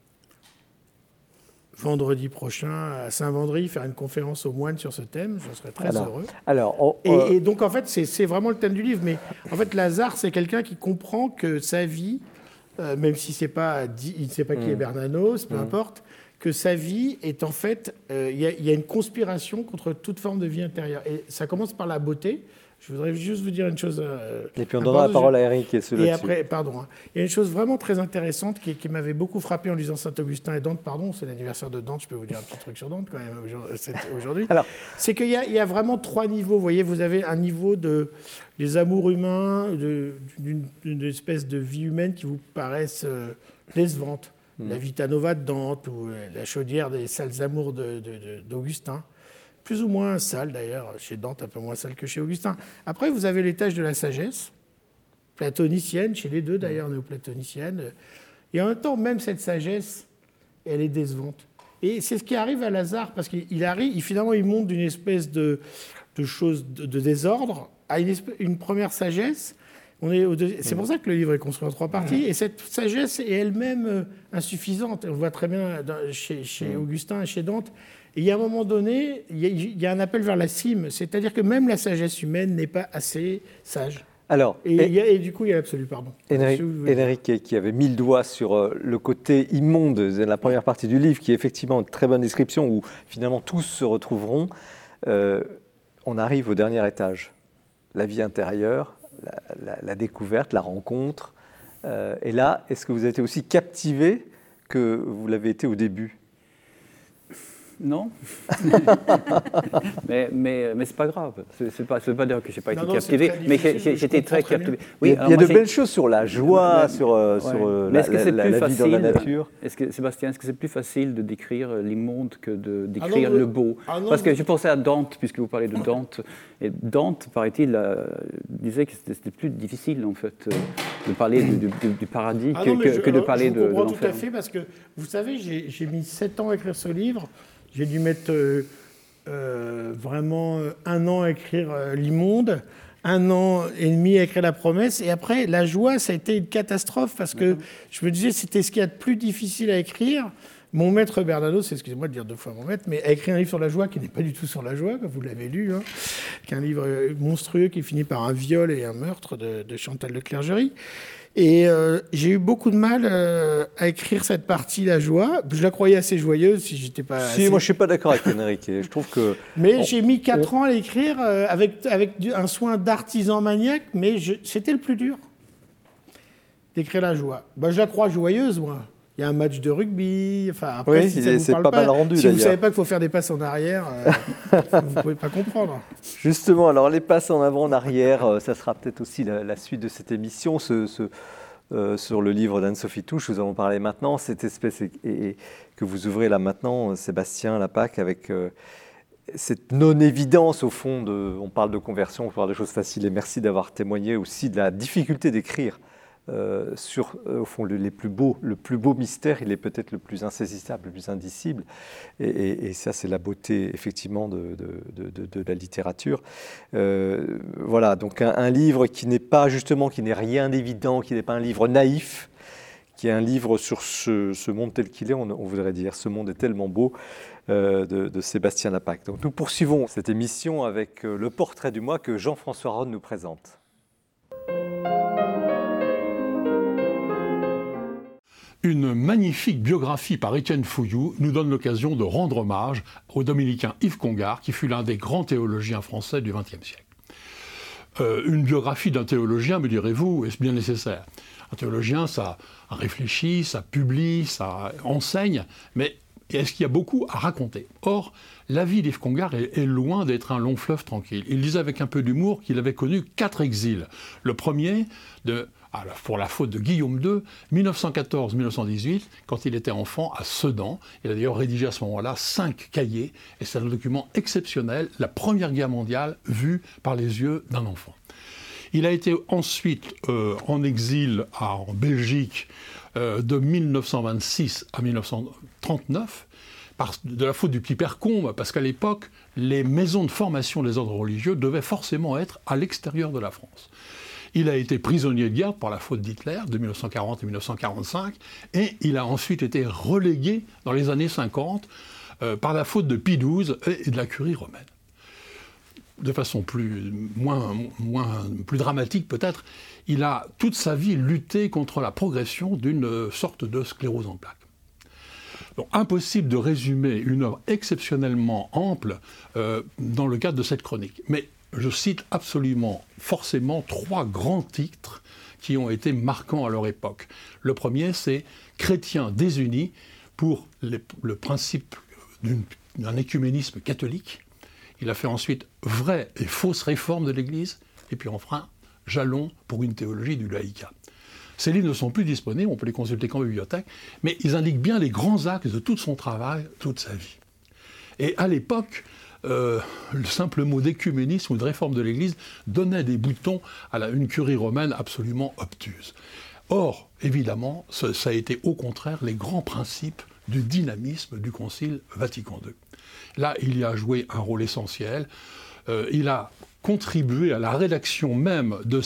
vendredi prochain à Saint-Vendry faire une conférence aux moines sur ce thème. Je serais très heureux. Et donc, en fait, c'est vraiment le thème du livre. Mais en fait, Lazare, c'est quelqu'un qui comprend que sa vie, même si il ne sait pas qui est Bernanos, peu importe, que sa vie est en fait... Il y a une conspiration contre toute forme de vie intérieure. Et ça commence par la beauté. Je voudrais juste vous dire une chose... et puis on donnera la parole à Eric et ceux là-dessus. Et après, pardon. Il y a une chose vraiment très intéressante qui m'avait beaucoup frappé en lisant Saint-Augustin et Dante. Pardon, c'est l'anniversaire de Dante, je peux vous dire un petit truc sur Dante quand même aujourd'hui. C'est qu'il y a vraiment 3 niveaux. Vous voyez, vous avez un niveau des amours humains, d'une espèce de vie humaine qui vous paraissent décevantes. La Vita Nova de Dante ou la chaudière des sales amours d'Augustin. Plus ou moins sale d'ailleurs, chez Dante un peu moins sale que chez Augustin. Après, vous avez l'étage de la sagesse, platonicienne, chez les deux d'ailleurs, néoplatonicienne. Et en même temps, même cette sagesse, elle est décevante. Et c'est ce qui arrive à Lazare, parce finalement, il monte d'une espèce de chose de désordre à une première sagesse. C'est pour ça que le livre est construit en 3 parties. Et cette sagesse est elle-même insuffisante. On le voit très bien chez Augustin et chez Dante. Et il y a un moment donné, il y a un appel vers la cime. C'est-à-dire que même la sagesse humaine n'est pas assez sage. Et du coup, il y a l'absolu, pardon. Enrique, qui avait mis le doigt sur le côté immonde de la première partie du livre, qui est effectivement une très bonne description, où finalement tous se retrouveront. On arrive au dernier étage. La vie intérieure, la découverte, la rencontre. Et là, est-ce que vous avez été aussi captivé que vous l'avez été au début ? Non, mais c'est pas grave. Ça veut pas dire que j'ai pas été captivé, mais j'étais très captivé. Oui, il y a de belles choses sur la joie, sur la vie dans la nature. Sébastien, est-ce que c'est plus facile de décrire l'immonde que de décrire le beau ? Parce que je pensais à Dante, puisque vous parlez de Dante. Et Dante, paraît-il, disait que c'était plus difficile en fait de parler du paradis que de parler de l'enfer. Je comprends tout à fait, parce que vous savez, j'ai mis 7 ans à écrire ce livre. J'ai dû mettre vraiment 1 an à écrire l'immonde, 1 an et demi à écrire la promesse. Et après, la joie, ça a été une catastrophe parce que je me disais c'était ce qu'il y a de plus difficile à écrire. Mon maître Bernanos, excusez-moi de dire 2 fois mon maître, mais a écrit un livre sur la joie qui n'est pas du tout sur la joie, comme vous l'avez lu, qui est un livre monstrueux qui finit par un viol et un meurtre de Chantal de Clergerie. Et j'ai eu beaucoup de mal à écrire cette partie, la joie. Je la croyais assez joyeuse si j'étais pas. Moi je suis pas d'accord avec Enrique. Je trouve que. Mais j'ai mis 4 ans à l'écrire avec un soin d'artisan maniaque, mais c'était le plus dur d'écrire la joie. Je la crois joyeuse, moi. Il y a un match de rugby. Enfin, après, si ça vous parle pas mal rendu, si vous ne savez pas qu'il faut faire des passes en arrière, vous ne pouvez pas comprendre. Justement, alors les passes en avant, en arrière, ça sera peut-être aussi la suite de cette émission. Sur le livre d'Anne-Sophie Touche, nous allons parler maintenant, cette espèce et que vous ouvrez là maintenant, Sébastien Lapaque, avec cette non-évidence au fond. On parle de conversion, on parle de choses faciles, et merci d'avoir témoigné aussi de la difficulté d'écrire. Sur, au fond, le plus beau mystère, il est peut-être le plus insaisissable, le plus indicible. Et ça, c'est la beauté, effectivement, de la littérature. Voilà, donc un livre qui n'est pas, justement, qui n'est rien d'évident, qui n'est pas un livre naïf, qui est un livre sur ce monde tel qu'il est, on voudrait dire. Ce monde est tellement beau, de Sébastien Lapaque. Donc nous poursuivons cette émission avec le portrait du mois que Jean-François Rode nous présente. Une magnifique biographie par Étienne Fouilloux nous donne l'occasion de rendre hommage au dominicain Yves Congar, qui fut l'un des grands théologiens français du XXe siècle. Une biographie d'un théologien, me direz-vous, est-ce bien nécessaire ? Un théologien, ça réfléchit, ça publie, ça enseigne, mais est-ce qu'il y a beaucoup à raconter ? Or, la vie d'Yves Congar est loin d'être un long fleuve tranquille. Il disait avec un peu d'humour qu'il avait connu 4 exils. Le premier, pour la faute de Guillaume II, 1914-1918, quand il était enfant à Sedan. Il a d'ailleurs rédigé à ce moment-là 5 cahiers, et c'est un document exceptionnel, la Première Guerre mondiale vue par les yeux d'un enfant. Il a été ensuite en exil en Belgique de 1926 à 1939, de la faute du petit père Combes, parce qu'à l'époque, les maisons de formation des ordres religieux devaient forcément être à l'extérieur de la France. Il a été prisonnier de guerre par la faute d'Hitler de 1940 et 1945, et il a ensuite été relégué dans les années 50 par la faute de Pie XII et de la curie romaine. De façon plus dramatique peut-être, il a toute sa vie lutté contre la progression d'une sorte de sclérose en plaques. Donc, impossible de résumer une œuvre exceptionnellement ample dans le cadre de cette chronique. Mais je cite absolument, forcément, 3 grands titres qui ont été marquants à leur époque. Le premier, c'est « Chrétiens désunis pour le principe d'un écuménisme catholique ». Il a fait ensuite « Vraie et fausse réforme de l'Église » et puis enfin « Jalons pour une théologie du laïcat ». Ces livres ne sont plus disponibles, on peut les consulter qu'en bibliothèque, mais ils indiquent bien les grands axes de tout son travail, toute sa vie. Et à l'époque, le simple mot d'écuménisme ou de réforme de l'Église donnait des boutons à une curie romaine absolument obtuse. Or, évidemment, ça a été au contraire les grands principes du dynamisme du Concile Vatican II. Là, il y a joué un rôle essentiel. Il a contribué à la rédaction même de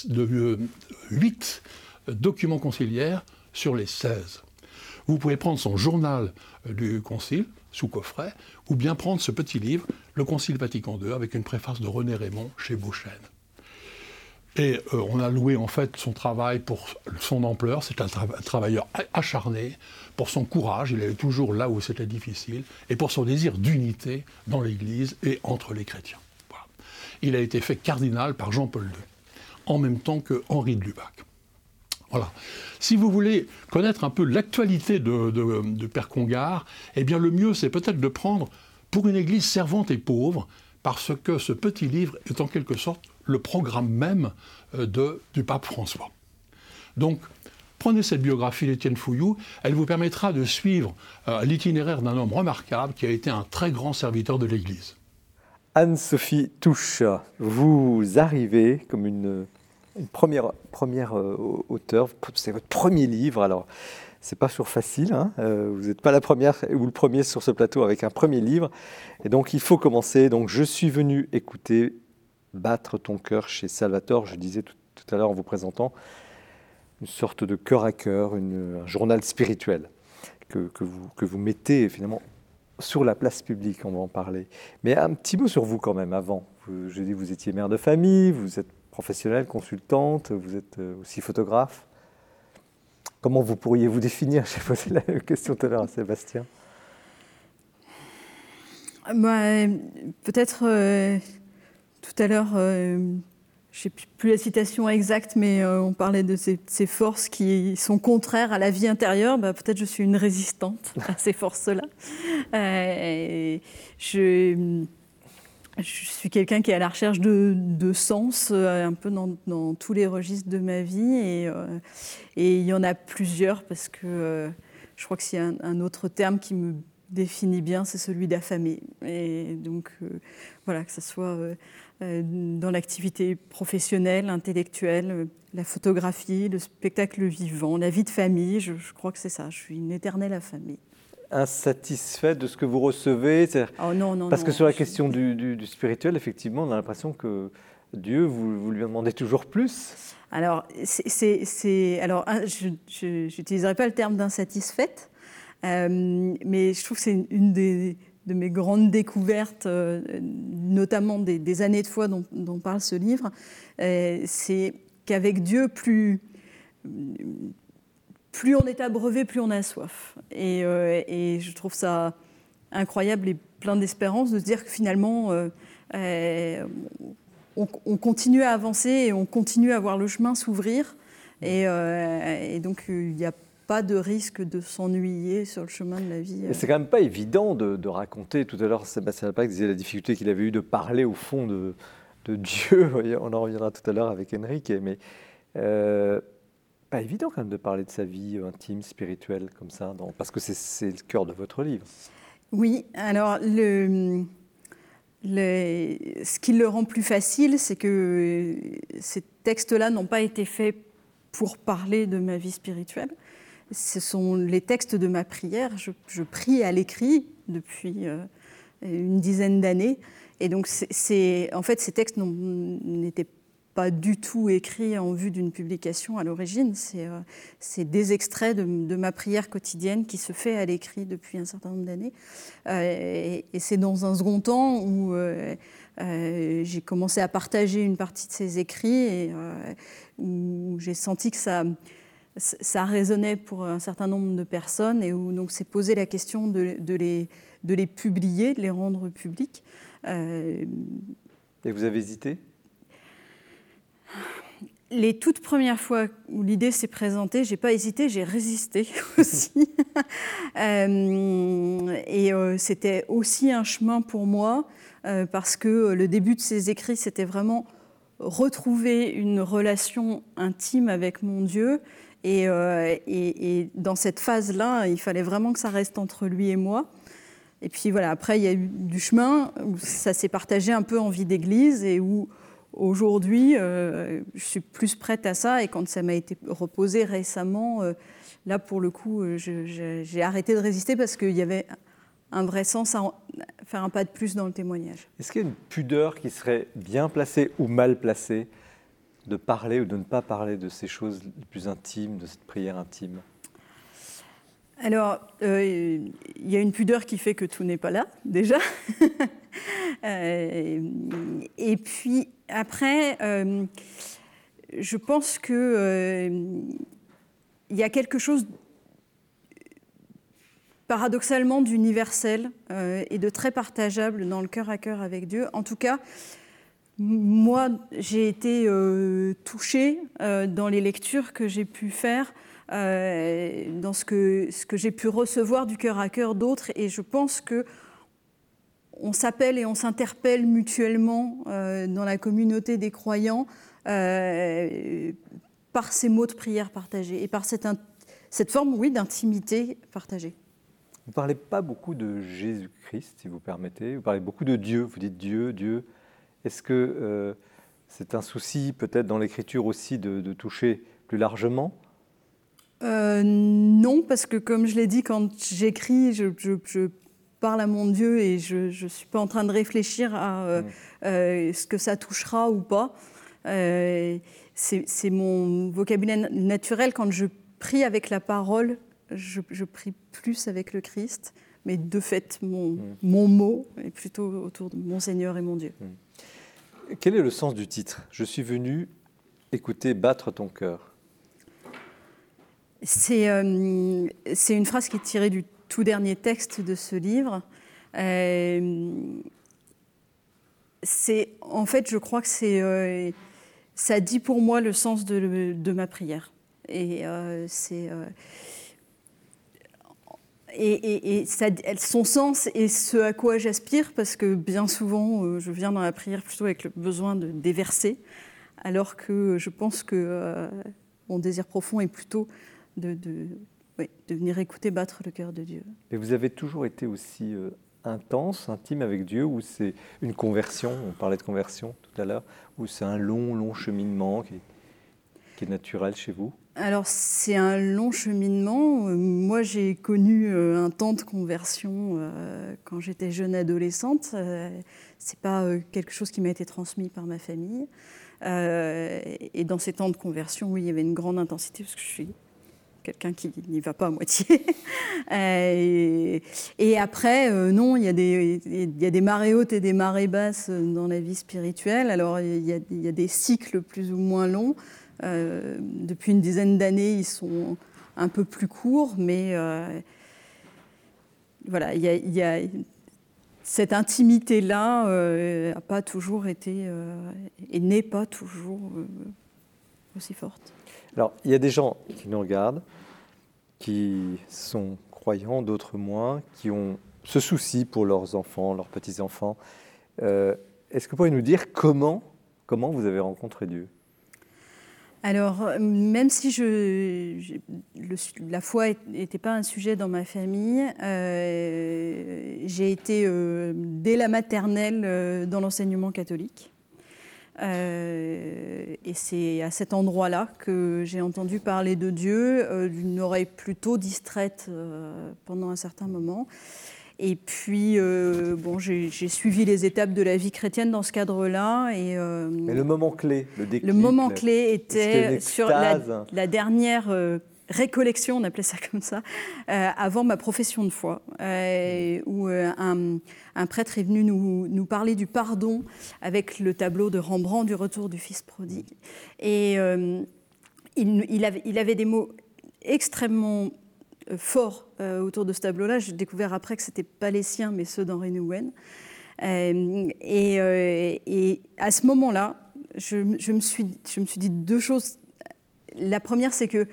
8 documents conciliaires sur les 16. Vous pouvez prendre son journal du Concile, sous coffret, ou bien prendre ce petit livre, Le Concile Vatican II, avec une préface de René Raymond chez Beauchesne. Et on a loué en fait son travail pour son ampleur. C'est un travailleur acharné, pour son courage, il allait toujours là où c'était difficile, et pour son désir d'unité dans l'Église et entre les chrétiens. Voilà. Il a été fait cardinal par Jean-Paul II, en même temps que Henri de Lubac. Voilà. Si vous voulez connaître un peu l'actualité de Père Congar, eh bien le mieux c'est peut-être de prendre Pour une Église servante et pauvre, parce que ce petit livre est en quelque sorte le programme même du pape François. Donc, prenez cette biographie d'Étienne Fouilloux, elle vous permettra de suivre l'itinéraire d'un homme remarquable qui a été un très grand serviteur de l'Église. Anne-Sophie Touche, vous arrivez comme une première auteure, c'est votre premier livre, alors c'est pas toujours facile, hein, vous n'êtes pas la première ou le premier sur ce plateau avec un premier livre, et donc il faut commencer. Donc je suis venu écouter Battre ton cœur chez Salvatore, je disais tout à l'heure en vous présentant, une sorte de cœur à cœur, un journal spirituel que vous mettez finalement sur la place publique, on va en parler. Mais un petit mot sur vous quand même avant. Je dis vous étiez mère de famille, vous êtes professionnelle, consultante, vous êtes aussi photographe. Comment vous pourriez vous définir? J'ai posé la question tout à l'heure à Sébastien. Peut-être tout à l'heure, je ne sais plus la citation exacte, mais on parlait de ces forces qui sont contraires à la vie intérieure. Peut-être je suis une résistante à ces forces-là. Je suis quelqu'un qui est à la recherche de sens un peu dans tous les registres de ma vie et il y en a plusieurs parce que je crois que s'il y a un autre terme qui me définit bien, c'est celui d'affamé. Et donc voilà, que ce soit dans l'activité professionnelle, intellectuelle, la photographie, le spectacle vivant, la vie de famille, je crois que c'est ça, je suis une éternelle affamée. Insatisfait de ce que vous recevez? Non. Parce que sur la question du spirituel, effectivement, on a l'impression que Dieu, vous lui en demandez toujours plus. Alors, je n'utiliserai pas le terme d'insatisfaite, mais je trouve que c'est une de mes grandes découvertes, notamment des années de foi dont parle ce livre, c'est qu'avec Dieu, plus on est abreuvé, plus on a soif. Et je trouve ça incroyable et plein d'espérance de se dire que finalement, on continue à avancer et on continue à voir le chemin s'ouvrir. Et donc, il n'y a pas de risque de s'ennuyer sur le chemin de la vie. C'est quand même pas évident de raconter. Tout à l'heure, Sébastien Lapac disait la difficulté qu'il avait eu de parler au fond de Dieu. On en reviendra tout à l'heure avec Henrique. Mais pas évident quand même de parler de sa vie intime, spirituelle, comme ça, parce que c'est le cœur de votre livre. Oui, alors ce qui le rend plus facile, c'est que ces textes-là n'ont pas été faits pour parler de ma vie spirituelle. ce sont les textes de ma prière. Je prie à l'écrit depuis une dizaine d'années. Et donc, en fait, ces textes n'étaient pas du tout écrits en vue d'une publication à l'origine. C'est des extraits de ma prière quotidienne qui se fait à l'écrit depuis un certain nombre d'années. Et c'est dans un second temps où j'ai commencé à partager une partie de ces écrits et où j'ai senti que ça résonnait pour un certain nombre de personnes et où donc s'est posé la question de les publier, de les rendre publics. Et vous avez hésité ? Les toutes premières fois où l'idée s'est présentée, j'ai pas hésité, j'ai résisté aussi. C'était aussi un chemin pour moi parce que le début de ces écrits, c'était vraiment retrouver une relation intime avec mon Dieu. Et dans cette phase-là, il fallait vraiment que ça reste entre lui et moi. Et puis voilà, après, il y a eu du chemin où ça s'est partagé un peu en vie d'église et où aujourd'hui, je suis plus prête à ça. Et quand ça m'a été reposé récemment, là, pour le coup, j'ai arrêté de résister parce qu'il y avait un vrai sens à faire un pas de plus dans le témoignage. Est-ce qu'il y a une pudeur qui serait bien placée ou mal placée de parler ou de ne pas parler de ces choses les plus intimes, de cette prière intime ? Alors, il y a une pudeur qui fait que tout n'est pas là, déjà. Et puis, après, je pense qu'il y a quelque chose, paradoxalement, d'universel et de très partageable dans le cœur à cœur avec Dieu. En tout cas, moi, j'ai été touchée dans les lectures que j'ai pu faire, dans ce que j'ai pu recevoir du cœur à cœur d'autres, et je pense qu'on s'appelle et on s'interpelle mutuellement dans la communauté des croyants par ces mots de prière partagés et par cette forme, oui, d'intimité partagée. Vous ne parlez pas beaucoup de Jésus-Christ, si vous permettez. Vous parlez beaucoup de Dieu. Vous dites Dieu, Dieu. Est-ce que c'est un souci peut-être dans l'écriture aussi de toucher plus largement ? Non, parce que comme je l'ai dit, quand j'écris, je parle à mon Dieu et je ne suis pas en train de réfléchir à ce que ça touchera ou pas. C'est mon vocabulaire naturel. Quand je prie avec la parole, je prie plus avec le Christ, mais de fait, mon mot est plutôt autour de mon Seigneur et mon Dieu. Quel est le sens du titre ? Je suis venu écouter battre ton cœur. C'est une phrase qui est tirée du tout dernier texte de ce livre. En fait, je crois que ça dit pour moi le sens de ma prière. Et son sens est ce à quoi j'aspire, parce que bien souvent, je viens dans la prière plutôt avec le besoin de déverser, alors que je pense que mon désir profond est plutôt de venir écouter battre le cœur de Dieu. Et vous avez toujours été aussi intense, intime avec Dieu, ou c'est une conversion, on parlait de conversion tout à l'heure, ou c'est un long cheminement qui est naturel chez vous ? Alors, c'est un long cheminement. Moi, j'ai connu un temps de conversion quand j'étais jeune adolescente. C'est pas quelque chose qui m'a été transmis par ma famille. Et dans ces temps de conversion, oui, il y avait une grande intensité, parce que je suis quelqu'un qui n'y va pas à moitié. Et après, non, il y a des marées hautes et des marées basses dans la vie spirituelle. Alors, il y a des cycles plus ou moins longs. Depuis une dizaine d'années, ils sont un peu plus courts, mais voilà, il y a cette intimité-là n'a pas toujours été et n'est pas toujours aussi forte. Alors, il y a des gens qui nous regardent, qui sont croyants, d'autres moins, qui ont ce souci pour leurs enfants, leurs petits-enfants. Est-ce que vous pourriez nous dire comment vous avez rencontré Dieu ? Alors, même si la foi n'était pas un sujet dans ma famille, j'ai été dès la maternelle dans l'enseignement catholique. Et c'est à cet endroit-là que j'ai entendu parler de Dieu d'une oreille plutôt distraite pendant un certain moment. Et puis, j'ai suivi les étapes de la vie chrétienne dans ce cadre-là. Mais le moment clé, le déclic. Le moment clé était sur la dernière récollection, on appelait ça comme ça, avant ma profession de foi, où un prêtre est venu nous parler du pardon avec le tableau de Rembrandt du Retour du Fils prodigue. Et il avait des mots extrêmement forts autour de ce tableau-là. J'ai découvert après que ce n'étaient pas les siens, mais ceux d'Henri Nouwen. Et à ce moment-là, je me suis dit deux choses. La première, c'est que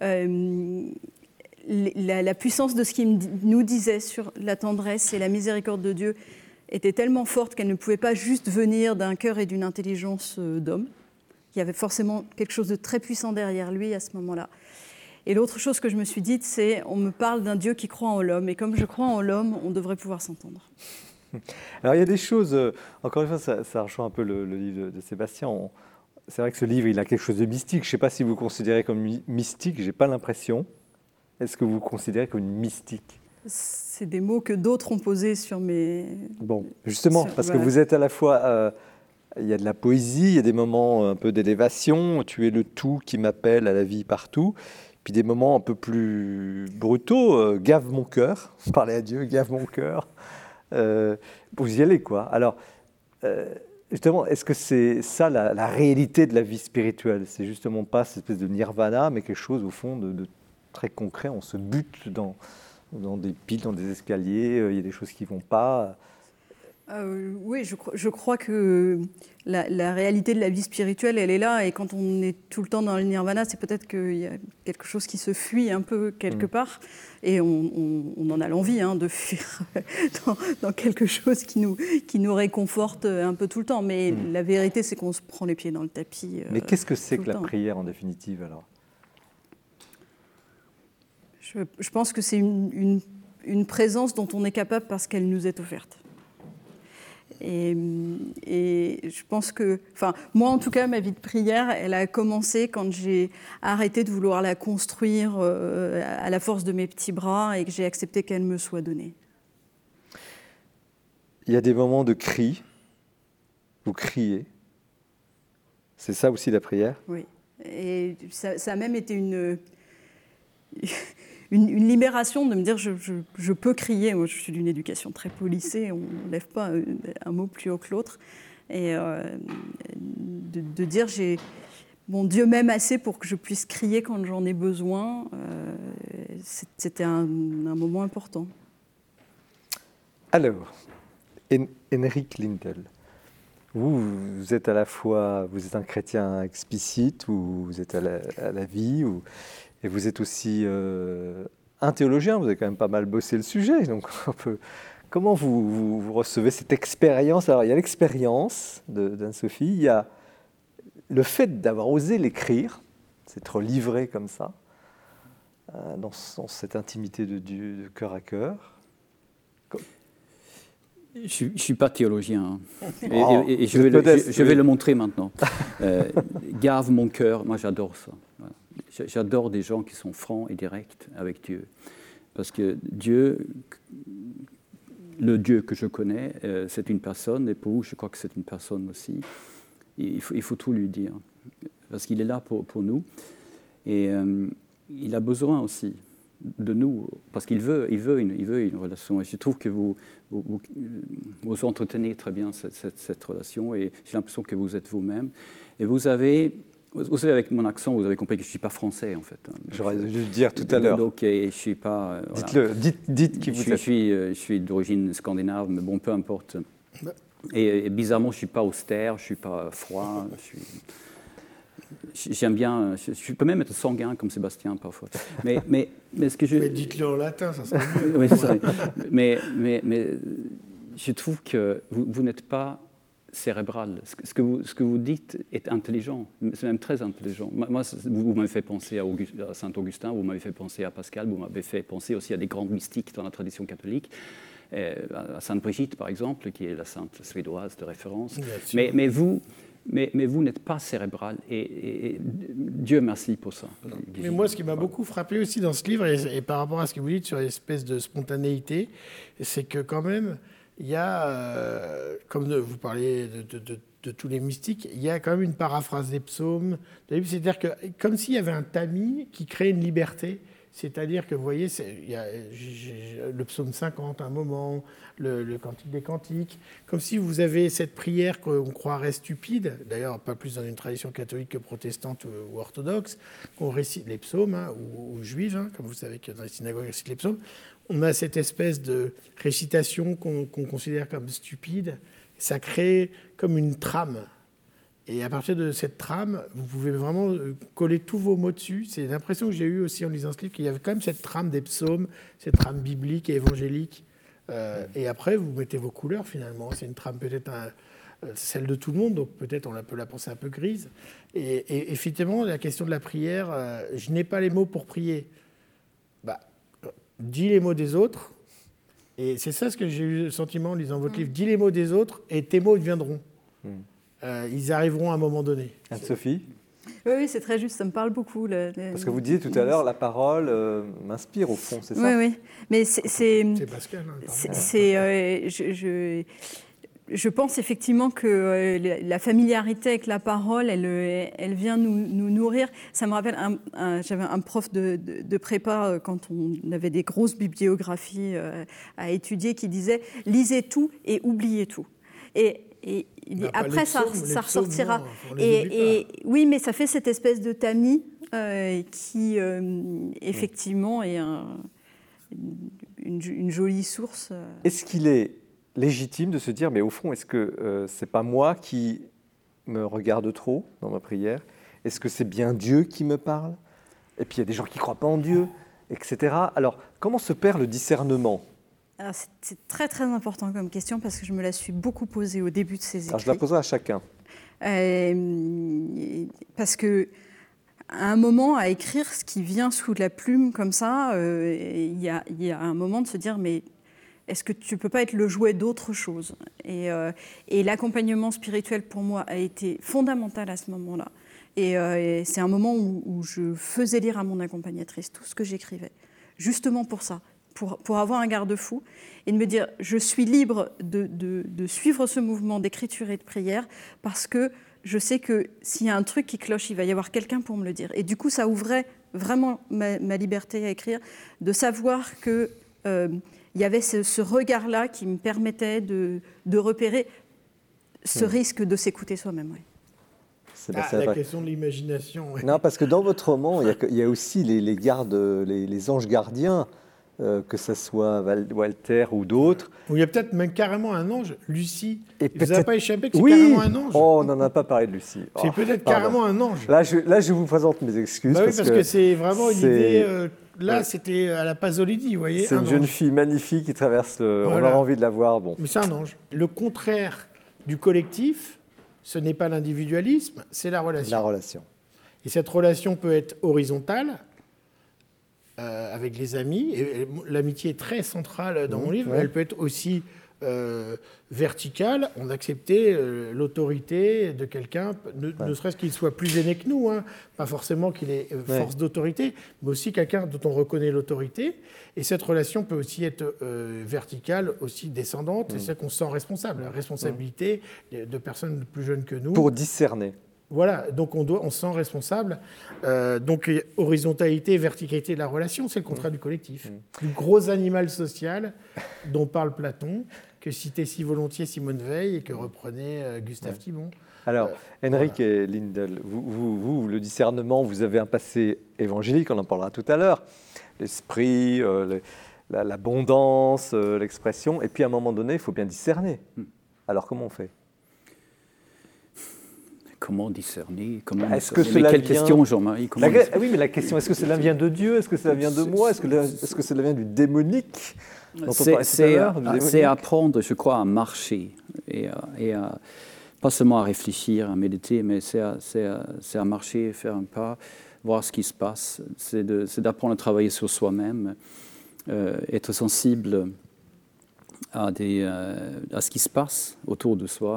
la puissance de ce qu'il nous disait sur la tendresse et la miséricorde de Dieu était tellement forte qu'elle ne pouvait pas juste venir d'un cœur et d'une intelligence d'homme. Il y avait forcément quelque chose de très puissant derrière lui à ce moment-là. Et l'autre chose que je me suis dite, c'est on me parle d'un Dieu qui croit en l'homme. Et comme je crois en l'homme, on devrait pouvoir s'entendre. Alors il y a des choses, encore une fois, ça rejoint un peu le livre de Sébastien. C'est vrai que ce livre, il a quelque chose de mystique. Je ne sais pas si vous le considérez comme mystique, je n'ai pas l'impression. Est-ce que vous le considérez comme une mystique ? C'est des mots que d'autres ont posés sur mes... Bon, justement, parce que vous êtes à la fois... il y a de la poésie, il y a des moments un peu d'élévation, tu es le tout qui m'appelle à la vie partout, puis des moments un peu plus brutaux, gave mon cœur, parler à Dieu, gave mon cœur, vous y allez quoi. Alors... justement, est-ce que c'est ça la réalité de la vie spirituelle ? C'est justement pas cette espèce de nirvana, mais quelque chose au fond de très concret. On se bute dans des piles, dans des escaliers, il y a des choses qui ne vont pas. Oui, je crois que la réalité de la vie spirituelle, elle est là. Et quand on est tout le temps dans le nirvana, c'est peut-être qu'il y a quelque chose qui se fuit un peu quelque part. Et on en a l'envie de fuir dans quelque chose qui nous réconforte un peu tout le temps. Mais la vérité, c'est qu'on se prend les pieds dans le tapis. Mais qu'est-ce que c'est que la prière en définitive alors ? Je pense que c'est une présence dont on est capable parce qu'elle nous est offerte. Et je pense que, moi en tout cas, ma vie de prière, elle a commencé quand j'ai arrêté de vouloir la construire à la force de mes petits bras et que j'ai accepté qu'elle me soit donnée. Il y a des moments de cri, vous criez. C'est ça aussi la prière ? Oui, et ça a même été une libération de me dire je peux crier. Moi, je suis d'une éducation très policée, on ne lève pas un mot plus haut que l'autre. Et de dire mon Dieu m'aime assez pour que je puisse crier quand j'en ai besoin, c'était un moment important. Alors, Henrik Lindell, vous êtes à la fois, vous êtes un chrétien explicite, ou vous êtes à la vie, et vous êtes aussi un théologien, vous avez quand même pas mal bossé le sujet. Donc comment vous recevez cette expérience ? Alors il y a l'expérience d'Anne-Sophie, il y a le fait d'avoir osé l'écrire, s'être livré comme ça, dans cette intimité de Dieu, de cœur à cœur. Je ne suis pas théologien, et je vais le montrer maintenant. Gave mon cœur, moi j'adore ça. Voilà. J'adore des gens qui sont francs et directs avec Dieu. Parce que Dieu, le Dieu que je connais, c'est une personne, et pour vous, je crois que c'est une personne aussi. Il faut tout lui dire, parce qu'il est là pour nous. Et il a besoin aussi de nous, parce qu'il veut une relation. Et je trouve que vous entretenez très bien cette relation, et j'ai l'impression que vous êtes vous-même. Et vous savez, avec mon accent, vous avez compris que je ne suis pas français, en fait. J'aurais dû le dire tout à l'heure. Donc, je ne suis pas... Dites-le, dites qui vous êtes. Je suis d'origine scandinave, mais bon, peu importe. Et bizarrement, je ne suis pas austère, je ne suis pas froid, j'aime bien... Je peux même être sanguin, comme Sébastien, parfois. Mais ce que je... Mais dites-le en latin, ça serait mieux. Oui, c'est ça. Mais je trouve que vous n'êtes pas... cérébral. Ce que vous dites est intelligent, c'est même très intelligent. Moi, vous m'avez fait penser à Saint-Augustin, vous m'avez fait penser à Pascal, vous m'avez fait penser aussi à des grands mystiques dans la tradition catholique, à Sainte Brigitte, par exemple, qui est la sainte suédoise de référence. Mais vous, Mais vous n'êtes pas cérébral, et Dieu merci pour ça. Mais moi, ce qui m'a beaucoup frappé aussi dans ce livre, et par rapport à ce que vous dites sur l'espèce de spontanéité, c'est que quand même, il y a, comme vous parlez de tous les mystiques, il y a quand même une paraphrase des psaumes. C'est-à-dire que comme s'il y avait un tamis qui crée une liberté. C'est-à-dire que, vous voyez, il y a le psaume 50 à un moment, le cantique des cantiques, comme si vous avez cette prière qu'on croirait stupide, d'ailleurs pas plus dans une tradition catholique que protestante ou orthodoxe, qu'on récite les psaumes, ou juive, comme vous savez que dans les synagogues on récite les psaumes. On a cette espèce de récitation qu'on considère comme stupide. Ça crée comme une trame. Et à partir de cette trame, vous pouvez vraiment coller tous vos mots dessus. C'est l'impression que j'ai eue aussi en lisant ce livre, qu'il y avait quand même cette trame des psaumes, cette trame biblique et évangélique. Et après, vous mettez vos couleurs, finalement. C'est une trame peut-être celle de tout le monde, donc peut-être on peut la penser un peu grise. Et effectivement, la question de la prière, je n'ai pas les mots pour prier. Dis les mots des autres. Et c'est ça ce que j'ai eu le sentiment en lisant votre livre. Dis les mots des autres et tes mots viendront. Ils arriveront à un moment donné. Anne-Sophie ? Oui, c'est très juste, ça me parle beaucoup. Parce que vous disiez tout à l'heure, la parole m'inspire au fond, c'est ça ? Oui. Mais c'est Pascal. Je pense effectivement que la familiarité avec la parole, elle vient nous nourrir. Ça me rappelle, j'avais un prof de prépa quand on avait des grosses bibliographies à étudier qui disait « lisez tout et oubliez tout ». Et après, ça ressortira. Oui, mais ça fait cette espèce de tamis qui, effectivement, est une jolie source. Est-ce qu'il est légitime de se dire, mais au fond, est-ce que c'est pas moi qui me regarde trop dans ma prière ? Est-ce que c'est bien Dieu qui me parle ? Et puis il y a des gens qui ne croient pas en Dieu, etc. Alors, comment se perd le discernement ? Alors, c'est très très important comme question parce que je me la suis beaucoup posée au début de ces écrits. Alors, je la poserai à chacun. Parce que à un moment, à écrire ce qui vient sous la plume comme ça, il y a un moment de se dire mais est-ce que tu ne peux pas être le jouet d'autre chose ? Et l'accompagnement spirituel pour moi a été fondamental à ce moment-là. Et c'est un moment où je faisais lire à mon accompagnatrice tout ce que j'écrivais, justement pour ça. Pour avoir un garde-fou et de me dire je suis libre de suivre ce mouvement d'écriture et de prière parce que je sais que s'il y a un truc qui cloche, il va y avoir quelqu'un pour me le dire. Et du coup, ça ouvrait vraiment ma liberté à écrire, de savoir qu'il y avait ce regard-là qui me permettait de repérer ce risque de s'écouter soi-même. Oui. La question de l'imagination. Oui. Non, parce que dans votre roman, il y a aussi les gardes, les anges gardiens, que ce soit Walter ou d'autres. Il y a peut-être même carrément un ange, Lucie. Il ne vous a pas échappé que c'est carrément un ange. Oh, on n'en a pas parlé de Lucie. C'est peut-être carrément un ange. Là, je vous présente mes excuses. Oui, parce que c'est vraiment une idée... Là, c'était à la Pasolini, vous voyez. C'est une jeune fille magnifique qui traverse... On a envie de la voir. Bon. Mais c'est un ange. Le contraire du collectif, ce n'est pas l'individualisme, c'est la relation. La relation. Et cette relation peut être horizontale, avec les amis. Et l'amitié est très centrale dans mon livre. Elle peut être aussi verticale. On acceptait l'autorité de quelqu'un, ne serait-ce qu'il soit plus aîné que nous, pas forcément qu'il ait force d'autorité, mais aussi quelqu'un dont on reconnaît l'autorité. Et cette relation peut aussi être verticale, aussi descendante. C'est ça qu'on se sent responsable. La responsabilité de personnes plus jeunes que nous. Pour discerner. Voilà, donc on se sent responsable. Donc horizontalité, verticalité de la relation, c'est le contraire du collectif. Du gros animal social dont parle Platon, que citait si volontiers Simone Veil et que reprenait Gustave Thibon. Alors, Henrik et Lindell, vous, le discernement, vous avez un passé évangélique, on en parlera tout à l'heure. L'esprit, l'abondance, l'expression, et puis à un moment donné, il faut bien discerner. Alors comment on fait ? Comment discerner quelle question, Jean-Marie Oui, mais la question, est-ce que cela vient de Dieu ? Est-ce que cela vient de moi ? Est-ce que cela vient du démonique dont on parlait tout à l'heure, c'est apprendre, je crois, à marcher et pas seulement à réfléchir, à méditer, mais c'est à marcher, faire un pas, voir ce qui se passe. C'est d'apprendre à travailler sur soi-même, être sensible à ce qui se passe autour de soi.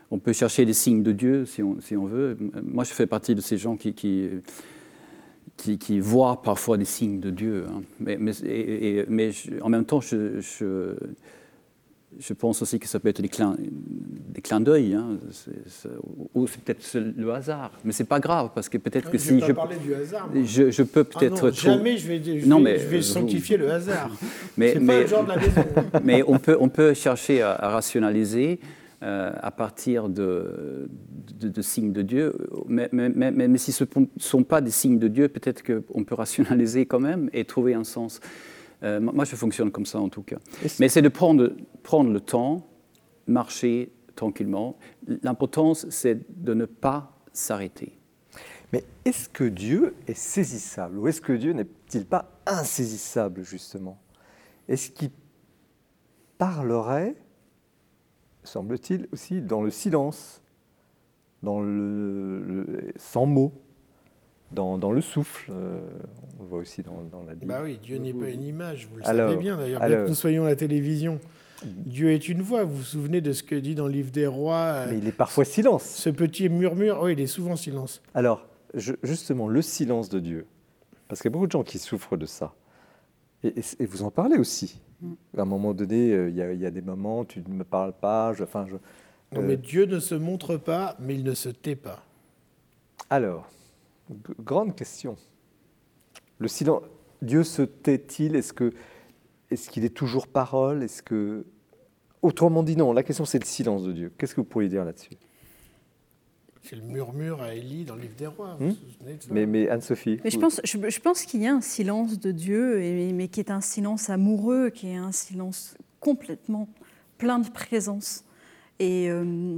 On peut chercher des signes de Dieu si on veut. Moi, je fais partie de ces gens qui voient parfois des signes de Dieu. Hein. Mais en même temps, je pense aussi que ça peut être des clins d'œil. Hein. Ou c'est peut-être le hasard. Mais ce n'est pas grave, parce que peut-être que si... Je ne vais pas parler du hasard. Je peux peut-être... jamais je vais sanctifier le hasard. C'est pas le genre de la maison. Mais on peut chercher à rationaliser à partir de signes de Dieu. Mais si ce ne sont pas des signes de Dieu, peut-être qu'on peut rationaliser quand même et trouver un sens. Moi, je fonctionne comme ça, en tout cas. Mais c'est de prendre le temps, marcher tranquillement. L'important, c'est de ne pas s'arrêter. Mais est-ce que Dieu est saisissable ou est-ce que Dieu n'est-il pas insaisissable, justement? Est-ce qu'il parlerait, semble-t-il, aussi dans le silence, dans sans mots, dans le souffle? On le voit aussi dans la Bible. Bah oui, Dieu n'est pas une image, vous le savez bien d'ailleurs, bien que nous soyons à la télévision. Dieu est une voix, vous vous souvenez de ce que dit dans le livre des Rois? Mais il est parfois silence. Ce petit murmure, oui, il est souvent silence. Alors, justement, le silence de Dieu, parce qu'il y a beaucoup de gens qui souffrent de ça, et vous en parlez aussi. À un moment donné, il y a des moments, tu ne me parles pas, Non, mais Dieu ne se montre pas, mais il ne se tait pas. Alors, grande question. Le silence, Dieu se tait-il? Est-ce qu'il est toujours parole? Autrement dit, non, la question c'est le silence de Dieu. Qu'est-ce que vous pourriez dire là-dessus? C'est le murmure à Élie dans le livre des Rois. Vous vous souvenez de ça? Mais Anne-Sophie, mais je pense qu'il y a un silence de Dieu, mais qui est un silence amoureux, qui est un silence complètement plein de présence. Et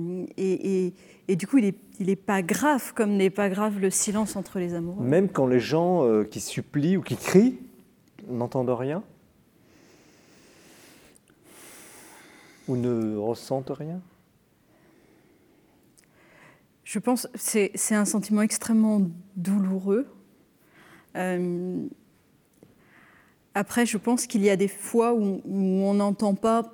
du coup, il n'est pas grave, comme n'est pas grave le silence entre les amoureux. même quand les gens qui supplient ou qui crient n'entendent rien ou ne ressentent rien? Je pense que c'est un sentiment extrêmement douloureux. Après, je pense qu'il y a des fois où on n'entend pas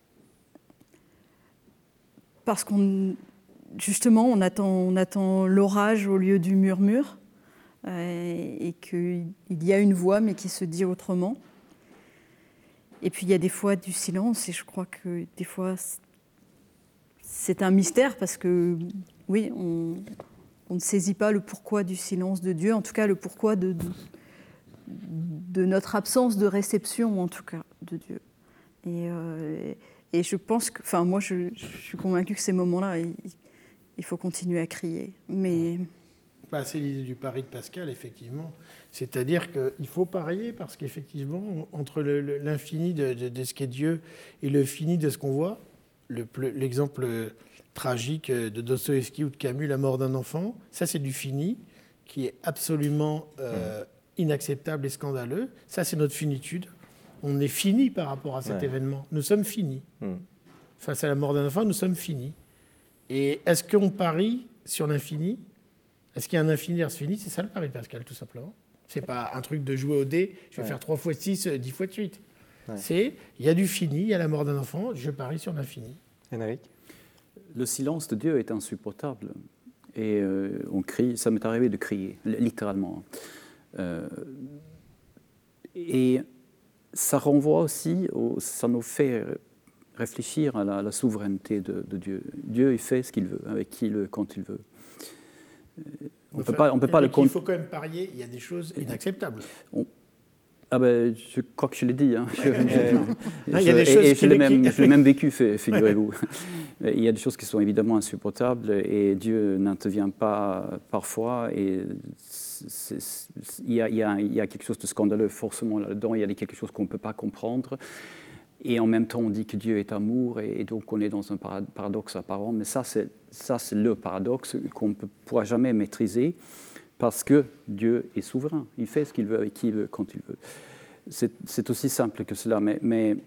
parce justement, on attend l'orage au lieu du murmure et qu'il y a une voix mais qui se dit autrement. Et puis il y a des fois du silence et je crois que des fois c'est un mystère parce que oui, on ne saisit pas le pourquoi du silence de Dieu, en tout cas le pourquoi de notre absence de réception, en tout cas, de Dieu. Et je pense que, enfin, moi, je suis convaincue que ces moments-là, il faut continuer à crier. Mais c'est l'idée du pari de Pascal, effectivement. C'est-à-dire qu'il faut parier parce qu'effectivement, entre l'infini de ce qu'est Dieu et le fini de ce qu'on voit, l'exemple tragique de Dostoïevski ou de Camus, La mort d'un enfant, ça c'est du fini, qui est absolument inacceptable et scandaleux. Ça c'est notre finitude. On est fini par rapport à cet événement. Nous sommes finis. Face à la mort d'un enfant, nous sommes finis. Et est-ce qu'on parie sur l'infini? Est-ce qu'il y a un infini vers ce fini? C'est ça le pari de Pascal, tout simplement. C'est pas un truc de jouer au dé, je vais faire 3 x 6, 10 x 8. C'est, il y a du fini, il y a la mort d'un enfant, je parie sur l'infini. Henrik? Le silence de Dieu est insupportable. Et on crie, ça m'est arrivé de crier, littéralement. Et ça renvoie aussi, ça nous fait réfléchir à la souveraineté de Dieu. Dieu, il fait ce qu'il veut, avec qui quand il veut. On peut pas le Il faut quand même parier, il y a des choses inacceptables. Je crois que je l'ai dit. Hein. Je l'ai même vécu, figurez-vous. Il y a des choses qui sont évidemment insupportables et Dieu n'intervient pas parfois. Et il y a quelque chose de scandaleux forcément là-dedans. Il y a quelque chose qu'on ne peut pas comprendre. Et en même temps, on dit que Dieu est amour et donc on est dans un paradoxe apparent. Mais ça, c'est le paradoxe qu'on ne pourra jamais maîtriser. Parce que Dieu est souverain, il fait ce qu'il veut avec qui il veut, quand il veut. C'est aussi simple que cela, mais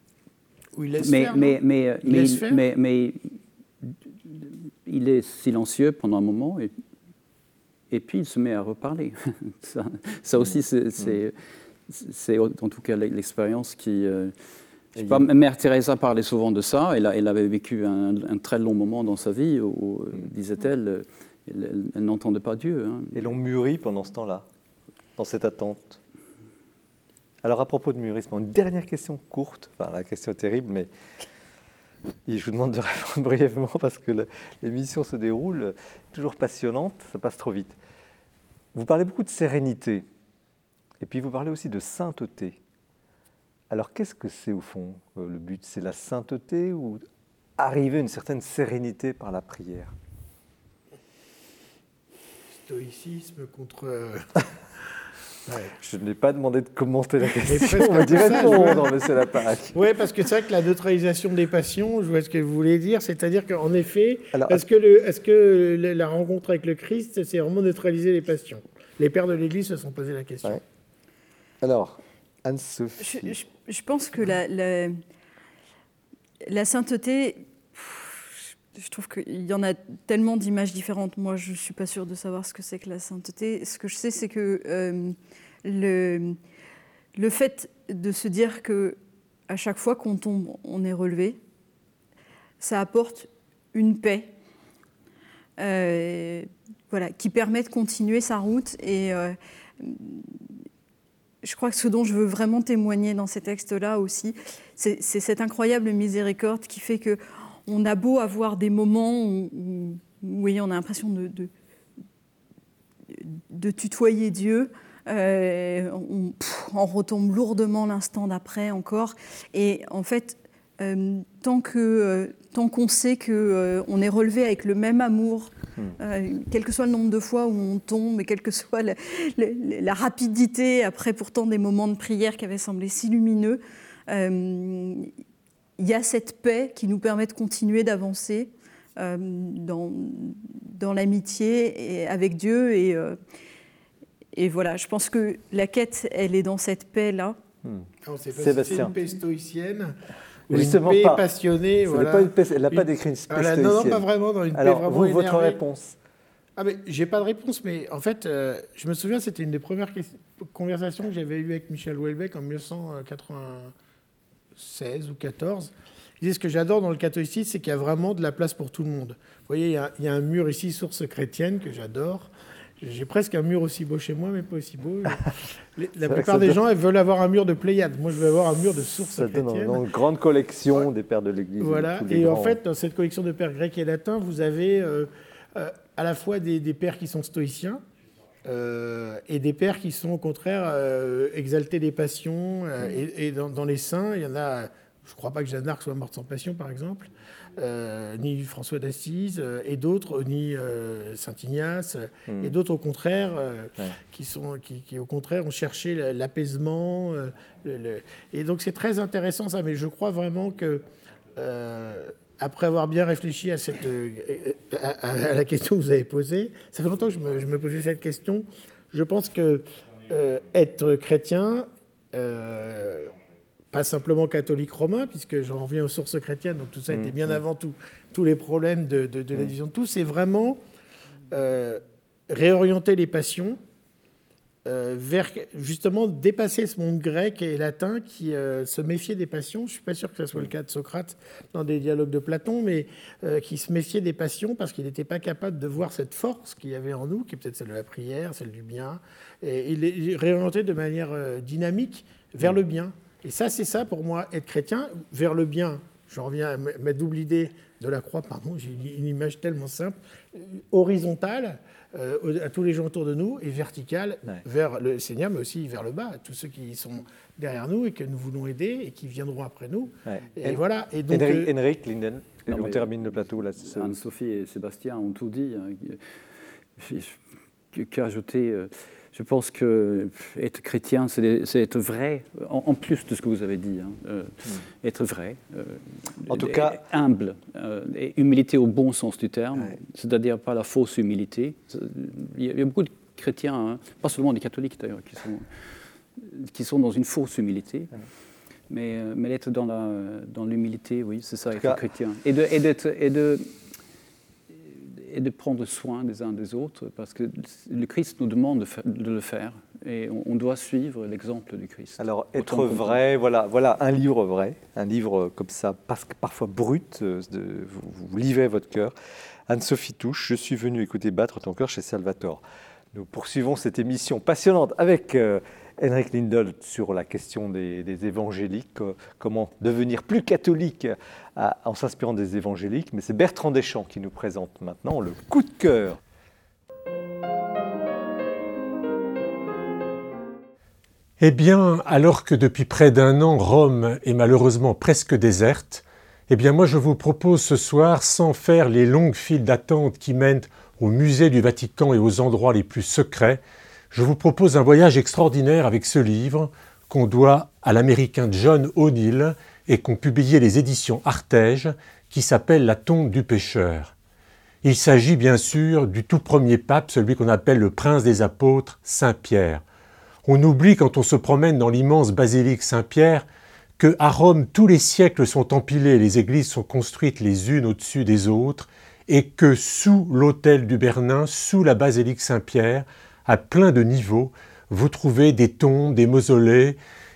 il est silencieux pendant un moment et puis il se met à reparler. Ça aussi, c'est en tout cas l'expérience qui Mère Teresa parlait souvent de ça. Elle avait vécu un très long moment dans sa vie où, disait-elle, elle n'entendait pas Dieu. Hein. Et l'on mûrit pendant ce temps-là, dans cette attente. Alors, à propos de mûrissement, une dernière question courte. Enfin, la question est terrible, mais je vous demande de répondre brièvement parce que l'émission se déroule toujours passionnante, ça passe trop vite. Vous parlez beaucoup de sérénité, et puis vous parlez aussi de sainteté. Alors, qu'est-ce que c'est au fond le but? C'est la sainteté ou arriver à une certaine sérénité par la prière? Stoïcisme contre... Ouais. Je n'ai pas demandé de commenter la question, on va dire répondre, monsieur Laparaque. Oui, parce que c'est vrai que la neutralisation des passions, je vois ce que vous voulez dire, c'est-à-dire qu'en effet, est-ce que la rencontre avec le Christ, c'est vraiment neutraliser les passions? Les pères de l'Église se sont posé la question. Ouais. Alors, Anne-Sophie. Je pense que la sainteté, je trouve qu'il y en a tellement d'images différentes. Moi, je ne suis pas sûre de savoir ce que c'est que la sainteté. Ce que je sais, c'est que le fait de se dire qu'à chaque fois qu'on tombe, on est relevé, ça apporte une paix qui permet de continuer sa route. Et je crois que ce dont je veux vraiment témoigner dans ces textes-là aussi, c'est cette incroyable miséricorde qui fait que on a beau avoir des moments où oui, on a l'impression de tutoyer Dieu, on retombe lourdement l'instant d'après encore. Et en fait, tant qu'on sait qu'on est relevé avec le même amour, quel que soit le nombre de fois où on tombe, et quelle que soit la rapidité, après pourtant des moments de prière qui avaient semblé si lumineux, il y a cette paix qui nous permet de continuer d'avancer dans l'amitié avec Dieu. Et voilà, je pense que la quête, elle est dans cette paix-là. C'est une paix stoïcienne ou justement une paix passionnée. Voilà. Elle n'a pas décrit une paix stoïcienne. Non, pas vraiment, dans une paix alors, vraiment énervée. Votre réponse? J'ai pas de réponse, mais en fait, je me souviens, c'était une des premières conversations que j'avais eues avec Michel Houellebecq en 1996 ou 14. Il disait, ce que j'adore dans le catholicisme, c'est qu'il y a vraiment de la place pour tout le monde. Vous voyez, il y a un mur ici, Source chrétienne, que j'adore. J'ai presque un mur aussi beau chez moi, mais pas aussi beau. La plupart des gens elles veulent avoir un mur de Pléiade. Moi, je veux avoir un mur de Source chrétienne. Ça donne une grande collection des pères de l'Église. Voilà. Et en fait, dans cette collection de pères grecs et latins, vous avez à la fois des pères qui sont stoïciens, et des pères qui sont au contraire exaltés des passions. Et dans les saints, il y en a... Je ne crois pas que Jeanne d'Arc soit morte sans passion, par exemple, ni François d'Assise, et d'autres, ni Saint Ignace, et d'autres au contraire, qui au contraire ont cherché l'apaisement. Et donc c'est très intéressant ça, mais je crois vraiment que après avoir bien réfléchi à la question que vous avez posée, ça fait longtemps que je me posais cette question. Je pense que être chrétien, pas simplement catholique romain, puisque j'en reviens aux sources chrétiennes, donc tout ça était bien avant tous les problèmes de la vision de tout, c'est vraiment réorienter les passions vers justement dépasser ce monde grec et latin qui se méfiait des passions. Je ne suis pas sûr que ce soit le cas de Socrate dans des dialogues de Platon, mais qui se méfiait des passions parce qu'il n'était pas capable de voir cette force qu'il y avait en nous, qui est peut-être celle de la prière, celle du bien, et il est réorienté de manière dynamique vers le bien. Et ça, c'est ça pour moi, être chrétien, vers le bien. J'en reviens à ma double idée de la croix, pardon, j'ai une image tellement simple, horizontale à tous les gens autour de nous, et verticale vers le Seigneur, mais aussi vers le bas, tous ceux qui sont derrière nous et que nous voulons aider et qui viendront après nous. Et voilà. Et donc, Henrik Linden, on termine le plateau là. Anne-Sophie et Sébastien ont tout dit. Qu'ajouter je pense qu'être chrétien, c'est être vrai, en plus de ce que vous avez dit. Être vrai, en tout cas, humble, et humilité au bon sens du terme, c'est-à-dire pas la fausse humilité. Il y a beaucoup de chrétiens, pas seulement des catholiques d'ailleurs, qui sont dans une fausse humilité. Mais être dans l'humilité, oui, c'est ça, être chrétien. Et de prendre soin des uns des autres, parce que le Christ nous demande de le faire. et on doit suivre l'exemple du Christ. Alors, être vrai, voilà un livre vrai, un livre comme ça, parfois brut, vous livrez votre cœur. Anne-Sophie Touche, je suis venue écouter battre ton cœur chez Salvatore. Nous poursuivons cette émission passionnante avec Henrik Lindolt sur la question des évangéliques, comment devenir plus catholique en s'inspirant des évangéliques. Mais c'est Bertrand Deschamps qui nous présente maintenant le coup de cœur. Eh bien, alors que depuis près d'1 an, Rome est malheureusement presque déserte, eh bien moi je vous propose ce soir, sans faire les longues files d'attente qui mènent au musée du Vatican et aux endroits les plus secrets, je vous propose un voyage extraordinaire avec ce livre qu'on doit à l'américain John O'Neill et qu'ont publié les éditions Artege, qui s'appelle La tombe du pécheur. Il s'agit bien sûr du tout premier pape, celui qu'on appelle le prince des apôtres, Saint Pierre. On oublie quand on se promène dans l'immense basilique Saint-Pierre qu'à Rome, tous les siècles sont empilés, les églises sont construites les unes au-dessus des autres, et que sous l'autel du Bernin, sous la basilique Saint-Pierre, à plein de niveaux, vous trouvez des tombes, des mausolées,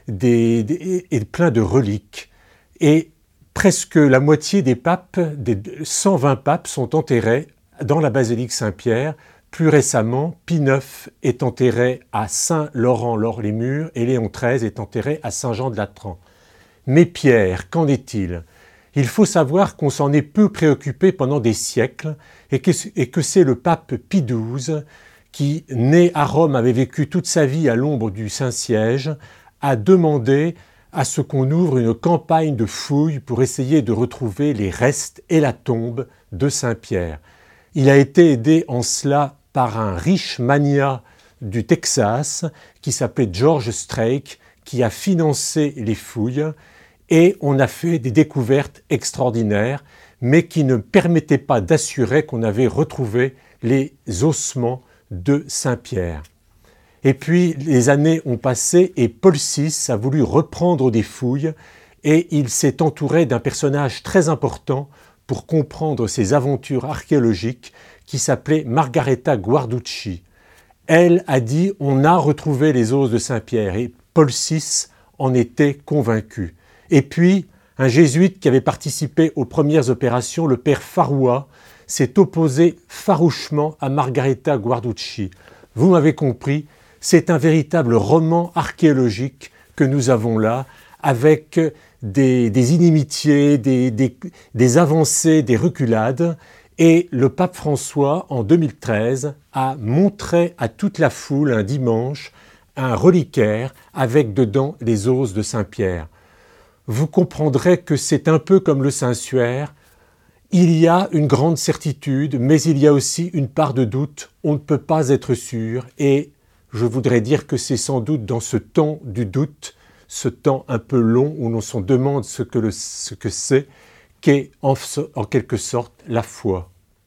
et plein de reliques. Et presque la moitié des papes, des 120 papes, sont enterrés dans la basilique Saint-Pierre. Plus récemment, Pie IX est enterré à Saint-Laurent-les-Murs et Léon XIII est enterré à Saint-Jean-de-Latran. Mais Pierre, qu'en est-il ? Il faut savoir qu'on s'en est peu préoccupé pendant des siècles et que c'est le pape Pie XII qui, né à Rome, avait vécu toute sa vie à l'ombre du Saint-Siège, a demandé à ce qu'on ouvre une campagne de fouilles pour essayer de retrouver les restes et la tombe de Saint-Pierre. Il a été aidé en cela par un riche magnat du Texas qui s'appelait George Strake, qui a financé les fouilles, et on a fait des découvertes extraordinaires, mais qui ne permettaient pas d'assurer qu'on avait retrouvé les ossements de Saint-Pierre. Et puis les années ont passé et Paul VI a voulu reprendre des fouilles et il s'est entouré d'un personnage très important pour comprendre ses aventures archéologiques qui s'appelait Margareta Guarducci. Elle a dit « on a retrouvé les os de Saint-Pierre » et Paul VI en était convaincu. Et puis, un jésuite qui avait participé aux premières opérations, le père Faroua, s'est opposé farouchement à Margareta Guarducci. Vous m'avez compris, c'est un véritable roman archéologique que nous avons là, avec des inimitiés, des avancées, des reculades. Et le pape François, en 2013, a montré à toute la foule un dimanche un reliquaire avec dedans les os de Saint-Pierre. Vous comprendrez que c'est un peu comme le Saint-Suaire. Il y a une grande certitude, mais il y a aussi une part de doute. On ne peut pas être sûr. Et je voudrais dire que c'est sans doute dans ce temps du doute, ce temps un peu long où l'on se demande ce que c'est, qu'est en quelque sorte la foi.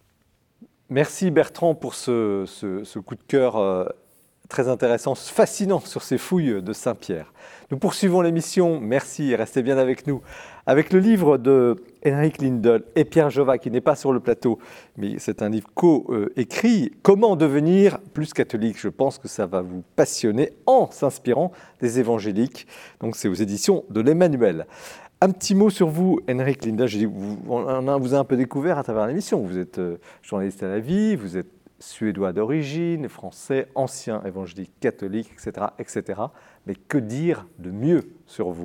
Merci Bertrand pour ce coup de cœur très intéressant, fascinant sur ces fouilles de Saint-Pierre. Nous poursuivons l'émission, merci, restez bien avec nous, avec le livre de Henrik Lindolt et Pierre Jova, qui n'est pas sur le plateau, mais c'est un livre co-écrit, « Comment devenir plus catholique ?» Je pense que ça va vous passionner en s'inspirant des évangéliques. Donc c'est aux éditions de l'Emmanuel. Un petit mot sur vous, Henrik Lindolt. On vous a un peu découvert à travers l'émission. Vous êtes journaliste à la vie, vous êtes suédois d'origine, français, ancien évangélique catholique, etc., etc. Mais que dire de mieux sur vous ?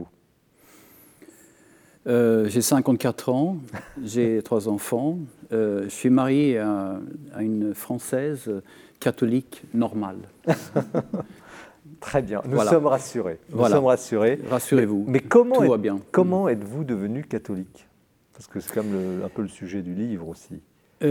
J'ai 54 ans, j'ai 3 enfants. Je suis marié à une Française catholique normale. Très bien, nous sommes rassurés. Nous sommes rassurés. Rassurez-vous, mais tout va bien. Comment êtes-vous devenu catholique ? Parce que c'est comme un peu le sujet du livre aussi.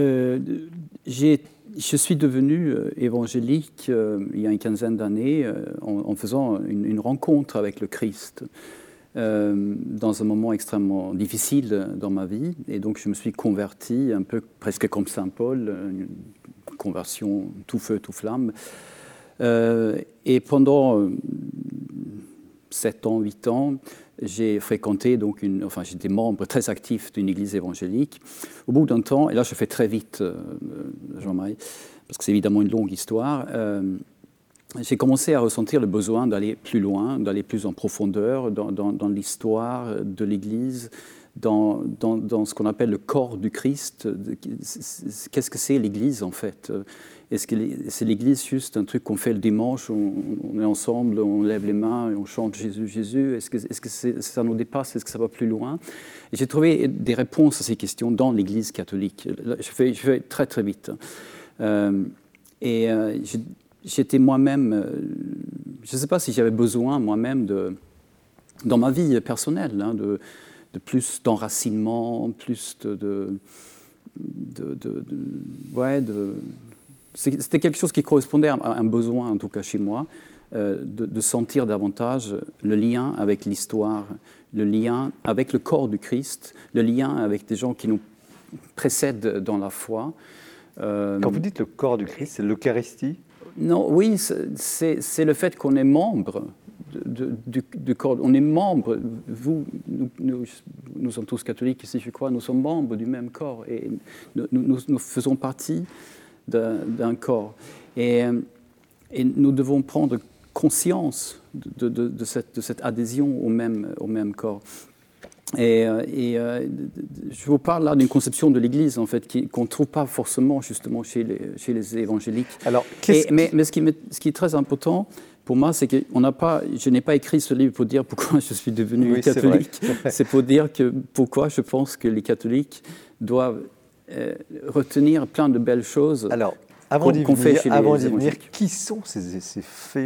Je suis devenu évangélique il y a une quinzaine d'années en faisant une rencontre avec le Christ dans un moment extrêmement difficile dans ma vie. Et donc je me suis converti un peu presque comme Saint Paul, une conversion tout feu, tout flamme. Et pendant 7 ans, 8 ans, j'ai fréquenté, j'étais membre très actif d'une église évangélique. Au bout d'un temps, et là je fais très vite, Jean-Marie, parce que c'est évidemment une longue histoire, j'ai commencé à ressentir le besoin d'aller plus loin, d'aller plus en profondeur dans l'histoire de l'Église, dans ce qu'on appelle le corps du Christ. Qu'est-ce que c'est l'Église en fait? Est-ce que c'est l'Église juste un truc qu'on fait le dimanche, on est ensemble, on lève les mains et on chante Jésus, Jésus? Est-ce que ça nous dépasse? Est-ce que ça va plus loin? Et j'ai trouvé des réponses à ces questions dans l'Église catholique. Je fais très très vite. J'étais moi-même, je ne sais pas si j'avais besoin moi-même dans ma vie personnelle, hein, de plus d'enracinement, plus c'était quelque chose qui correspondait à un besoin, en tout cas chez moi, de sentir davantage le lien avec l'histoire, le lien avec le corps du Christ, le lien avec des gens qui nous précèdent dans la foi. Quand vous dites le corps du Christ, c'est l'Eucharistie? Non, oui, c'est le fait qu'on est membre du corps. On est membre, nous sommes tous catholiques ici, je crois, nous sommes membres du même corps et nous faisons partie d'un corps. Et nous devons prendre conscience de cette adhésion au même corps. Je vous parle là d'une conception de l'Église en fait qu'on ne trouve pas forcément justement chez les évangéliques. Alors, mais ce qui est très important pour moi, c'est que je n'ai pas écrit ce livre pour dire pourquoi je suis devenu catholique. C'est pour dire pourquoi je pense que les catholiques doivent retenir plein de belles choses. Alors, avant d'y venir, qui sont ces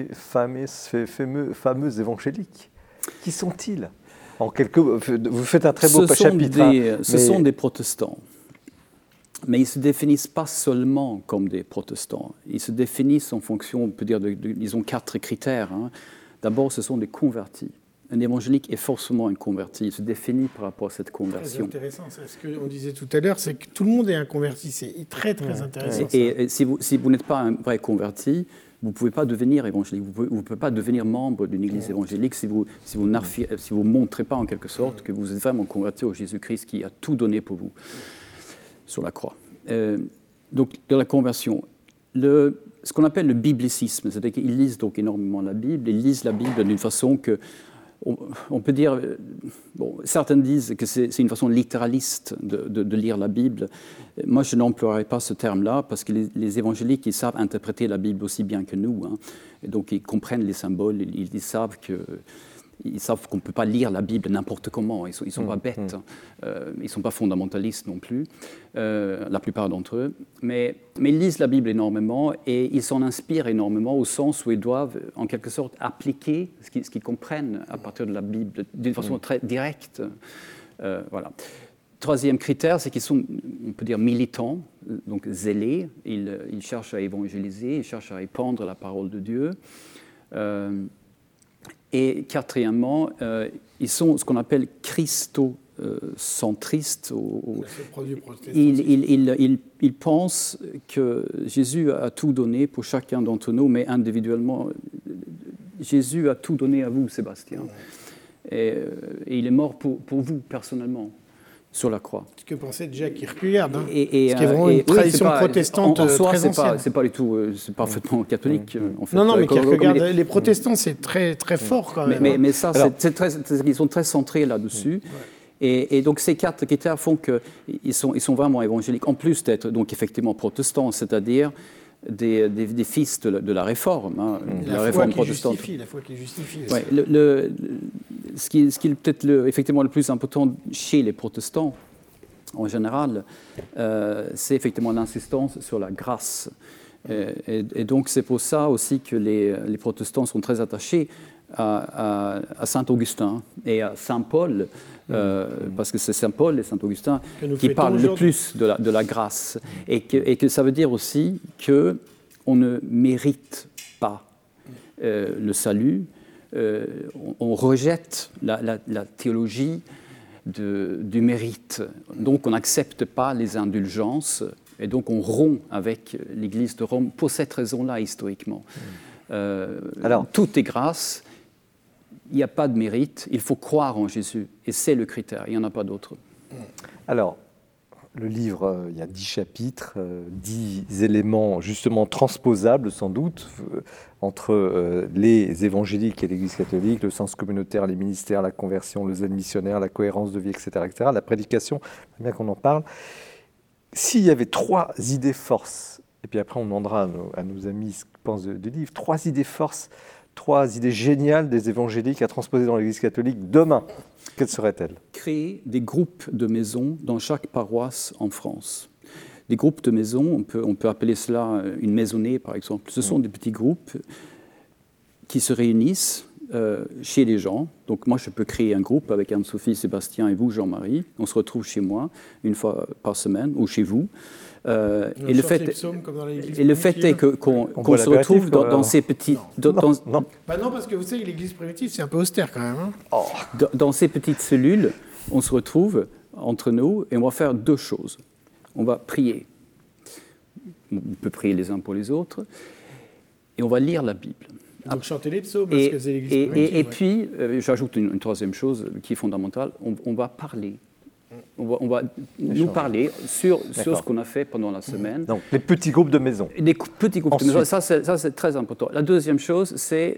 fameux évangéliques? Qui sont-ils? Vous faites un très beau chapitre. Ce sont des protestants. Mais ils ne se définissent pas seulement comme des protestants. Ils se définissent en fonction, on peut dire, ils ont 4 critères. Hein. D'abord, ce sont des convertis. Un évangélique est forcément un converti. Il se définit par rapport à cette conversion. C'est intéressant. Ce qu'on disait tout à l'heure, c'est que tout le monde est un converti. C'est très, très intéressant. Et si vous n'êtes pas un vrai converti, vous ne pouvez pas devenir évangélique. Vous ne pouvez pas devenir membre d'une église évangélique si vous ne montrez pas en quelque sorte que vous êtes vraiment converti au Jésus-Christ qui a tout donné pour vous sur la croix. Donc, de la conversion. Ce qu'on appelle le biblicisme, c'est-à-dire qu'ils lisent donc énormément la Bible, ils lisent la Bible d'une façon que on peut dire, certains disent que c'est une façon littéraliste de lire la Bible. Moi, je n'emploierai pas ce terme-là parce que les évangéliques, ils savent interpréter la Bible aussi bien que nous. Hein. Et donc, ils comprennent les symboles, ils savent qu'on ne peut pas lire la Bible n'importe comment. Ils ne sont pas bêtes. Ils ne sont pas fondamentalistes non plus, la plupart d'entre eux. Mais ils lisent la Bible énormément et ils s'en inspirent énormément au sens où ils doivent, en quelque sorte, appliquer ce qu'ils comprennent à partir de la Bible d'une façon très directe. Voilà. Troisième critère, c'est qu'ils sont, on peut dire, militants, donc zélés. Ils cherchent à évangéliser, ils cherchent à répandre la parole de Dieu. Et quatrièmement, ils sont ce qu'on appelle christocentristes. Ils pensent que Jésus a tout donné pour chacun d'entre nous, mais individuellement, Jésus a tout donné à vous, Sébastien. Et il est mort pour vous, personnellement, sur la croix. Ce que pensait déjà Kierkegaard, ce qui est vraiment une tradition protestante en soi, très ancienne. C'est pas du tout, c'est parfaitement catholique. En fait. Non, mais Kierkegaard, les protestants, c'est très, très fort quand même. Mais ça, ils sont très centrés là-dessus. Et donc ces 4 critères font qu'ils sont vraiment évangéliques, en plus d'être donc effectivement protestants, c'est-à-dire des fils de la réforme, hein, la réforme protestante. La foi qui justifie. Ouais, ce qui est peut-être effectivement le plus important chez les protestants, en général, c'est effectivement l'insistance sur la grâce. Et donc c'est pour ça aussi que les protestants sont très attachés à Saint Augustin et à Saint Paul, parce que c'est Saint Paul et Saint Augustin qui parlent le plus de la grâce. Et que ça veut dire aussi qu'on ne mérite pas le salut, on rejette la théologie du mérite. Donc on n'accepte pas les indulgences et donc on rompt avec l'Église de Rome pour cette raison-là historiquement. Alors tout est grâce. Il n'y a pas de mérite, il faut croire en Jésus, et c'est le critère, il n'y en a pas d'autre. Alors, le livre, il y a 10 chapitres, 10 éléments justement transposables sans doute entre les évangéliques et l'Église catholique, le sens communautaire, les ministères, la conversion, le zèle missionnaire, la cohérence de vie, etc., etc., la prédication, bien qu'on en parle. S'il y avait 3 idées forces, et puis après on demandera à nos amis ce qu'ils pensent du livre, 3 idées forces, 3 idées géniales des évangéliques à transposer dans l'Église catholique demain, quelles seraient-elles? Créer des groupes de maisons dans chaque paroisse en France. Des groupes de maisons, on peut appeler cela une maisonnée par exemple. Ce sont des petits groupes qui se réunissent chez les gens. Donc moi je peux créer un groupe avec Anne-Sophie, Sébastien et vous, Jean-Marie. On se retrouve chez moi une fois par semaine ou chez vous. Et le fait est qu'on se retrouve dans ces petits... Non, parce que vous savez, l'Église primitive, c'est un peu austère quand même. Hein. Dans ces petites cellules, on se retrouve entre nous et on va faire 2 choses. On va prier. On peut prier les uns pour les autres. Et on va lire la Bible. Donc chanter les psaumes, parce que c'est l'Église primitive. Et puis, j'ajoute une 3e chose qui est fondamentale, on va parler. On va nous parler sur ce qu'on a fait pendant la semaine. Donc, les petits groupes de maison. Les petits groupes de maison, ça c'est très important. La 2e chose, c'est...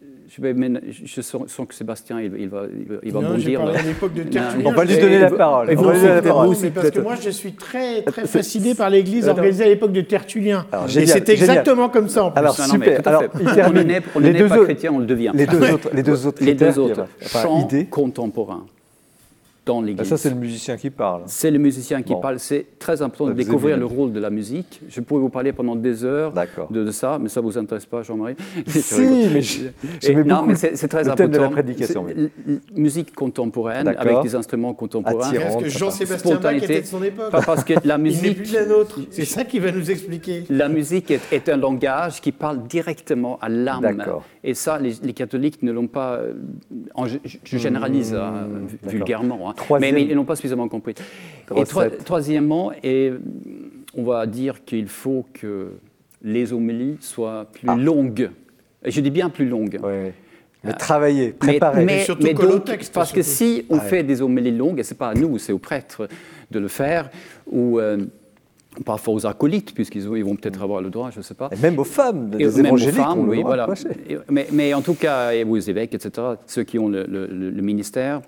Je sens que Sébastien, il va bondir. À l'époque de Tertullien. On va lui donner la parole. Parce que moi, je suis très fasciné par l'Église organisée à l'époque de Tertullien. Et c'était exactement comme ça en plus. Alors, super. Alors, on n'est pas chrétien, on le devient. Les deux autres chants contemporains. Dans l'Église. Ça, c'est le musicien qui parle. C'est le musicien qui parle. C'est très important de découvrir le rôle de la musique. Je pourrais vous parler pendant des heures de ça, mais ça ne vous intéresse pas, Jean-Marie? Si, mais j'aimais beaucoup mais c'est très le important. thème de la prédication. Musique contemporaine, avec des instruments contemporains. Parce que Jean-Sébastien Bach était de son époque. Parce que la musique... Il n'est plus de la nôtre. C'est ça qu'il va nous expliquer. La musique est un langage qui parle directement à l'âme. Et ça, les catholiques ne l'ont pas... Je généralise vulgairement. Mais ils n'ont pas suffisamment compris. Et troisièmement, on va dire qu'il faut que les homélies soient plus longues. Et je dis bien plus longues. Oui. Mais travailler, préparer. Mais surtout colotexte. Parce que si on fait des homélies longues, et ce n'est pas à nous, c'est aux prêtres de le faire, ou parfois aux acolytes, puisqu'ils vont peut-être avoir le droit, je ne sais pas. Et même aux femmes, des évangéliques. Même aux femmes, oui, voilà. Mais en tout cas, et aux évêques, etc., ceux qui ont le ministère,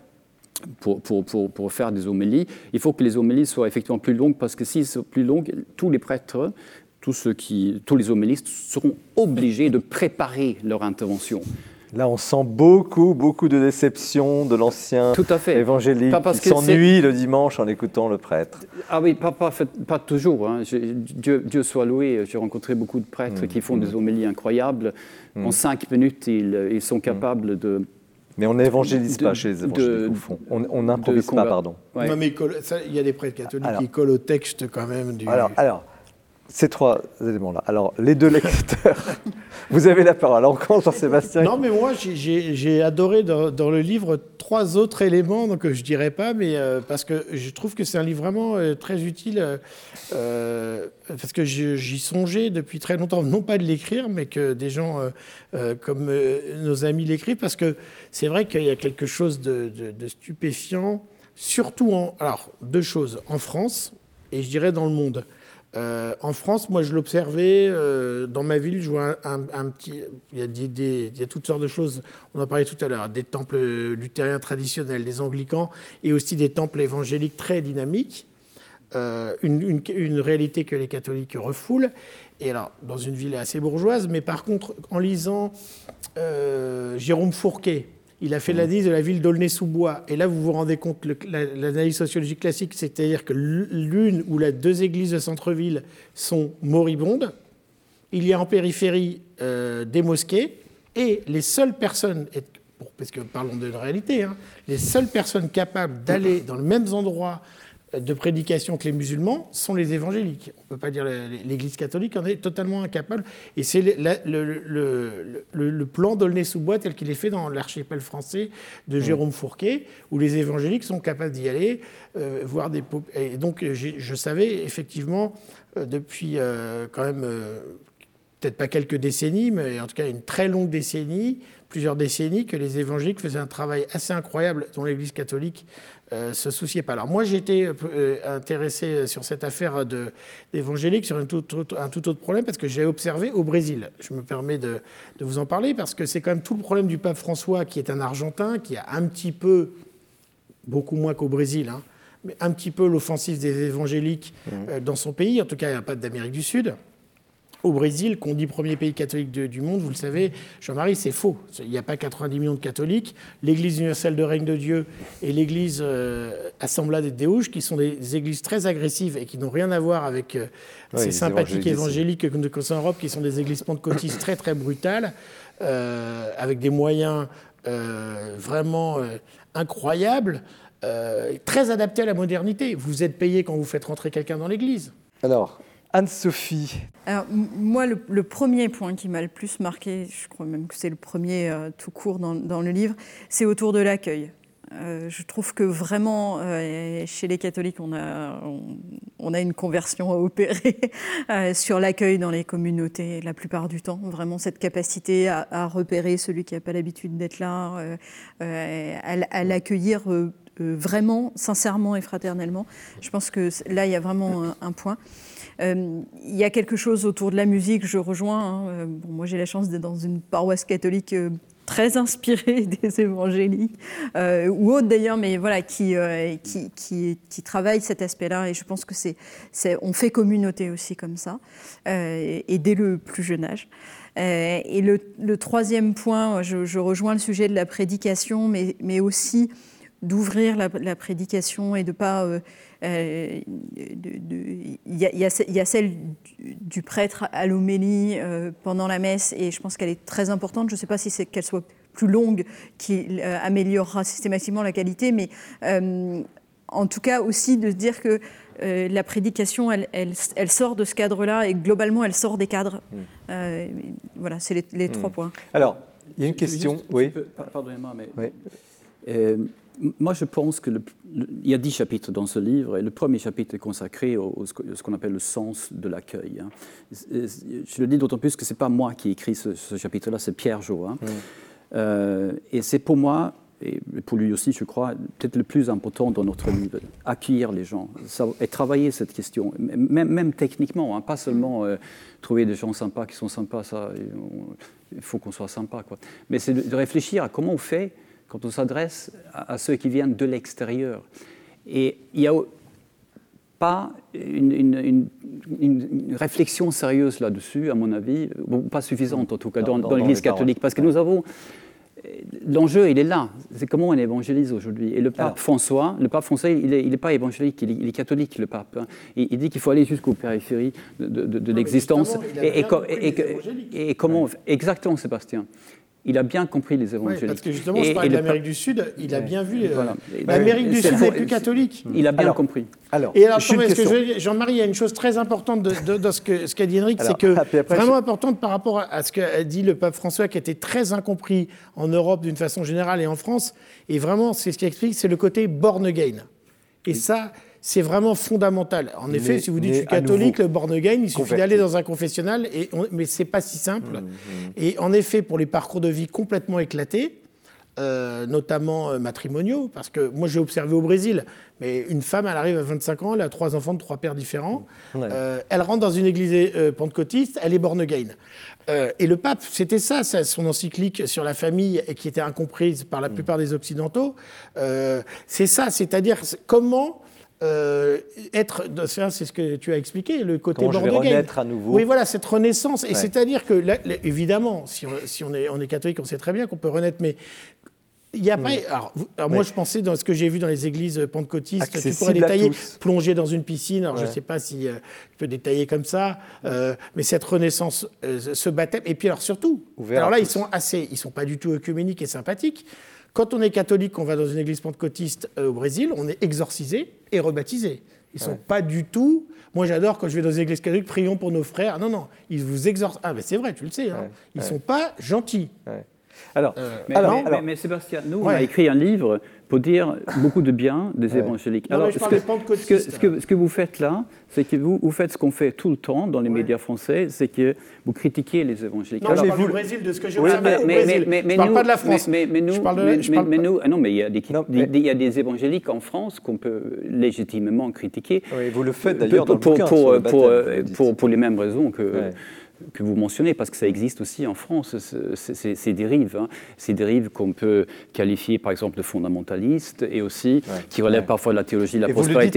pour faire des homélies, il faut que les homélies soient effectivement plus longues, parce que s'ils sont plus longues, tous les prêtres, tous les homélistes seront obligés de préparer leur intervention. Là, on sent beaucoup de déception de l'ancien évangélique qui s'ennuie le dimanche en écoutant le prêtre. Ah oui, pas toujours. Hein. Dieu soit loué, j'ai rencontré beaucoup de prêtres qui font des homélies incroyables. En 5 minutes, ils sont capables de... Mais on n'évangélise pas chez les évangéliques, au fond. On n'improvise pas, pardon. Ouais. Non, mais il y a des prêtres catholiques qui collent au texte quand même. Alors, ces 3 éléments-là. Alors, les 2 lecteurs, vous avez la parole. Encore Jean-Sébastien. Non, mais moi, j'ai adoré dans le livre 3 autres éléments, donc je ne dirais pas, mais parce que je trouve que c'est un livre vraiment très utile, parce que j'y songeais depuis très longtemps, non pas de l'écrire, mais que des gens comme nos amis l'écrivent, parce que c'est vrai qu'il y a quelque chose de stupéfiant, surtout alors 2 choses, en France, et je dirais dans le monde. En France, moi, je l'observais dans ma ville. Je vois un petit. Il y a toutes sortes de choses. On en parlait tout à l'heure. Des temples luthériens traditionnels, des anglicans, et aussi des temples évangéliques très dynamiques. Une réalité que les catholiques refoulent. Et alors, dans une ville assez bourgeoise, mais par contre, en lisant Jérôme Fourquet. Il a fait l'analyse de la ville d'Aulnay-sous-Bois. Et là, vous vous rendez compte, l'analyse sociologique classique, c'est-à-dire que l'une ou les 2 églises de centre-ville sont moribondes. Il y a en périphérie des mosquées. Et les seules personnes, parce que parlons de réalité, les seules personnes capables d'aller dans les mêmes endroits de prédication que les musulmans sont les évangéliques. On ne peut pas dire l'Église catholique en est totalement incapable. Et c'est le plan d'Aulnay-sous-Bois tel qu'il est fait dans l'archipel français de Jérôme Fourquet, où les évangéliques sont capables d'y aller, voir des... Et donc je savais effectivement depuis quand même peut-être pas quelques décennies, mais en tout cas une très longue décennie, plusieurs décennies, que les évangéliques faisaient un travail assez incroyable dont l'Église catholique se souciait pas. Alors moi, j'étais intéressé sur cette affaire d'évangélique sur un tout autre problème, parce que j'ai observé au Brésil. Je me permets de vous en parler, parce que c'est quand même tout le problème du pape François, qui est un Argentin, qui a un petit peu, beaucoup moins qu'au Brésil, hein, mais un petit peu l'offensive des évangéliques dans son pays, en tout cas, il n'y a pas d'Amérique du Sud. Au Brésil, qu'on dit premier pays catholique du monde, vous le savez, Jean-Marie, c'est faux. Il n'y a pas 90 millions de catholiques. L'Église universelle de règne de Dieu et l'Église Assemblée de Deus, qui sont des églises très agressives et qui n'ont rien à voir avec ces sympathiques évangéliques que nous connaissons en Europe, qui sont des églises pentecôtistes très, très brutales, avec des moyens vraiment incroyables, très adaptés à la modernité. Vous êtes payé quand vous faites rentrer quelqu'un dans l'Église. Alors, Anne-Sophie. Alors, moi, le premier point qui m'a le plus marqué, je crois même que c'est le premier tout court dans le livre, c'est autour de l'accueil. Je trouve que vraiment, chez les catholiques, on a une conversion à opérer sur l'accueil dans les communautés la plupart du temps. Vraiment cette capacité à repérer celui qui n'a pas l'habitude d'être là, à l'accueillir vraiment, sincèrement et fraternellement. Je pense que là, il y a vraiment un point. Il y a quelque chose autour de la musique, je rejoins. Bon, moi, j'ai la chance d'être dans une paroisse catholique très inspirée des évangéliques, ou autres d'ailleurs, mais voilà, qui travaille cet aspect-là. Et je pense que on fait communauté aussi comme ça, et dès le plus jeune âge. Et le troisième point, je rejoins le sujet de la prédication, mais aussi d'ouvrir la prédication et de pas... Il y a celle du prêtre à l'homélie pendant la messe, et je pense qu'elle est très importante. Je ne sais pas si c'est qu'elle soit plus longue qui améliorera systématiquement la qualité, mais en tout cas aussi de se dire que la prédication, elle sort de ce cadre-là, et globalement, elle sort des cadres. Voilà, c'est les 3 points. Alors, il y a une question. Oui. Pardonnez-moi, mais... Oui. Moi, je pense qu'il y a 10 chapitres dans ce livre, et le premier chapitre est consacré à ce qu'on appelle le sens de l'accueil. Je le dis d'autant plus que ce n'est pas moi qui ai écrit ce chapitre-là, c'est Pierre Jo. Et c'est pour moi, et pour lui aussi, je crois, peut-être le plus important dans notre livre, accueillir les gens et travailler cette question, même techniquement, pas seulement trouver des gens sympas qui sont sympas, ça, il faut qu'on soit sympa, quoi. Mais c'est de réfléchir à comment on fait quand on s'adresse à ceux qui viennent de l'extérieur. Et il n'y a pas une réflexion sérieuse là-dessus, à mon avis, pas suffisante en tout cas, dans l'Église catholique, parce que nous avons... L'enjeu, il est là. C'est comment on évangélise aujourd'hui. Et le pape François, il n'est pas évangélique, il est catholique, le pape. Il dit qu'il faut aller jusqu'aux périphéries de l'existence. Et comment... Exactement, Sébastien. Il a bien compris les évangéliques. Oui, parce que justement, je parlais de l'Amérique du Sud, il a bien vu... Voilà. L'Amérique du Sud n'est plus catholique. Il a bien compris. Et alors, Jean-Marie, il y a une chose très importante dans ce qu'a dit Henrik, c'est que vraiment importante par rapport à ce qu'a dit le pape François, qui était très incompris en Europe d'une façon générale et en France. Et vraiment, c'est ce qui explique, c'est le côté born again. Et ça... c'est vraiment fondamental. En effet, si vous dites je suis catholique, le born again, il suffit d'aller dans un confessionnal, mais ce n'est pas si simple. Et en effet, pour les parcours de vie complètement éclatés, notamment matrimoniaux, parce que moi j'ai observé au Brésil, mais une femme, elle arrive à 25 ans, elle a 3 enfants de 3 pères différents, elle rentre dans une église pentecôtiste, elle est born again. Et le pape, c'était ça, son encyclique sur la famille, qui était incomprise par la plupart des Occidentaux, c'est ça, c'est-à-dire comment... c'est ce que tu as expliqué, le côté born again. Comment je vais renaître à nouveau. Oui, voilà, cette renaissance. Et c'est-à-dire que, là, évidemment, si on est catholique, on sait très bien qu'on peut renaître, mais il n'y a pas... Alors moi, je pensais, dans ce que j'ai vu dans les églises pentecôtistes, tu pourrais détailler, plonger dans une piscine, alors je ne sais pas si tu peux détailler comme ça, mais cette renaissance, ce baptême, et puis alors surtout, alors là, ils sont pas du tout œcuméniques et sympathiques. Quand on est catholique, on va dans une église pentecôtiste au Brésil, on est exorcisé et rebaptisé. Ils ne sont pas du tout... Moi, j'adore quand je vais dans une église catholique, prions pour nos frères. Non, ils vous exorcisent. Ah, mais c'est vrai, tu le sais. Ils ne sont pas gentils. Alors, mais Sébastien, nous, on a écrit un livre pour dire beaucoup de bien des évangéliques. Non, alors, ce que vous faites là, c'est que vous faites ce qu'on fait tout le temps dans les médias français, c'est que vous critiquez les évangéliques. Non, alors, je parle du Brésil, de ce que j'ai observé au Brésil. Je ne parle pas de la France. Mais il y a des évangéliques en France qu'on peut légitimement critiquer. Oui, vous le faites d'ailleurs dans le bouquin sur le baptême, pour les mêmes raisons que vous mentionnez, parce que ça existe aussi en France, ces dérives. Ces dérives qu'on peut qualifier par exemple de fondamentalistes et aussi qui relèvent parfois de la théologie de la prospérité.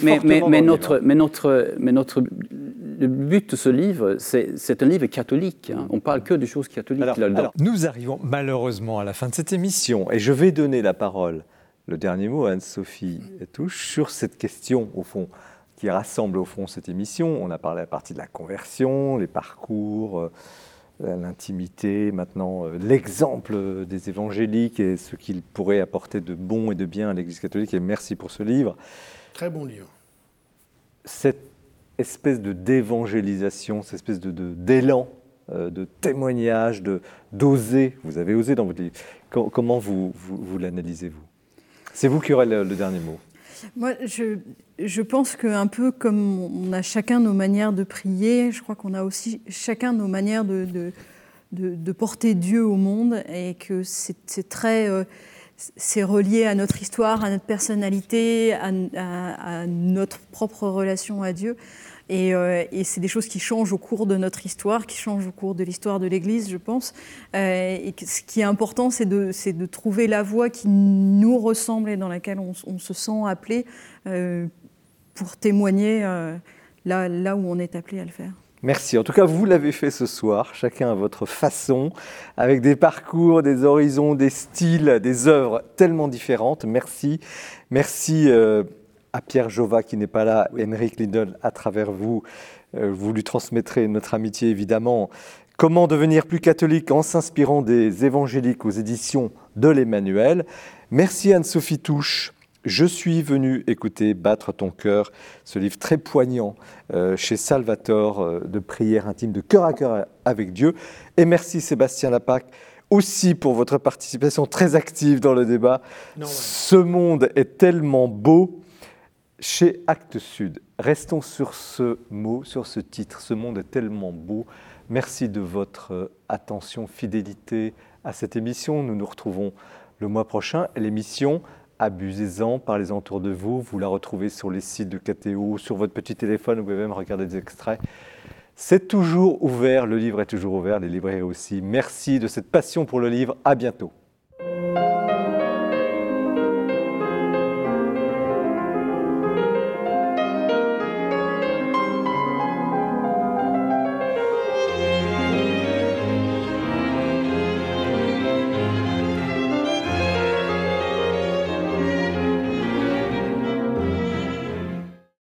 Le but de ce livre, c'est un livre catholique. On parle que des choses catholiques là-dedans. Alors, nous arrivons malheureusement à la fin de cette émission et je vais donner la parole, le dernier mot à Anne-Sophie Touche sur cette question, au fond, qui rassemble au fond cette émission. On a parlé à partir de la conversion, les parcours, l'intimité, maintenant l'exemple des évangéliques et ce qu'ils pourraient apporter de bon et de bien à l'Église catholique. Et merci pour ce livre. Très bon livre. Cette espèce d'évangélisation, cette espèce d'élan, de témoignage, d'oser, vous avez osé dans votre livre. Comment vous l'analysez-vous? C'est vous qui aurez le dernier mot. Moi, je pense qu'un peu comme on a chacun nos manières de prier, je crois qu'on a aussi chacun nos manières de porter Dieu au monde et que c'est relié à notre histoire, à notre personnalité, à notre propre relation à Dieu. Et c'est des choses qui changent au cours de notre histoire, qui changent au cours de l'histoire de l'Église, je pense. Et ce qui est important, c'est de trouver la voie qui nous ressemble et dans laquelle on se sent appelé pour témoigner là où on est appelé à le faire. Merci. En tout cas, vous l'avez fait ce soir, chacun à votre façon, avec des parcours, des horizons, des styles, des œuvres tellement différentes. Merci. Merci à Pierre Jova qui n'est pas là, Henrik Lindell, à travers vous. Vous lui transmettrez notre amitié, évidemment. Comment devenir plus catholique en s'inspirant des évangéliques aux éditions de l'Emmanuel. Merci Anne-Sophie Touche. Je suis venu écouter Battre ton cœur, ce livre très poignant chez Salvator, de prière intime, de cœur à cœur avec Dieu. Et merci Sébastien Lapaque aussi pour votre participation très active dans le débat. Ce monde est tellement beau. Chez Actes Sud, restons sur ce mot, sur ce titre. Ce monde est tellement beau. Merci de votre attention, fidélité à cette émission. Nous nous retrouvons le mois prochain. L'émission, abusez-en, parlez-en autour de vous. Vous la retrouvez sur les sites de KTO, sur votre petit téléphone. Vous pouvez même regarder des extraits. C'est toujours ouvert, le livre est toujours ouvert, les librairies aussi. Merci de cette passion pour le livre. À bientôt.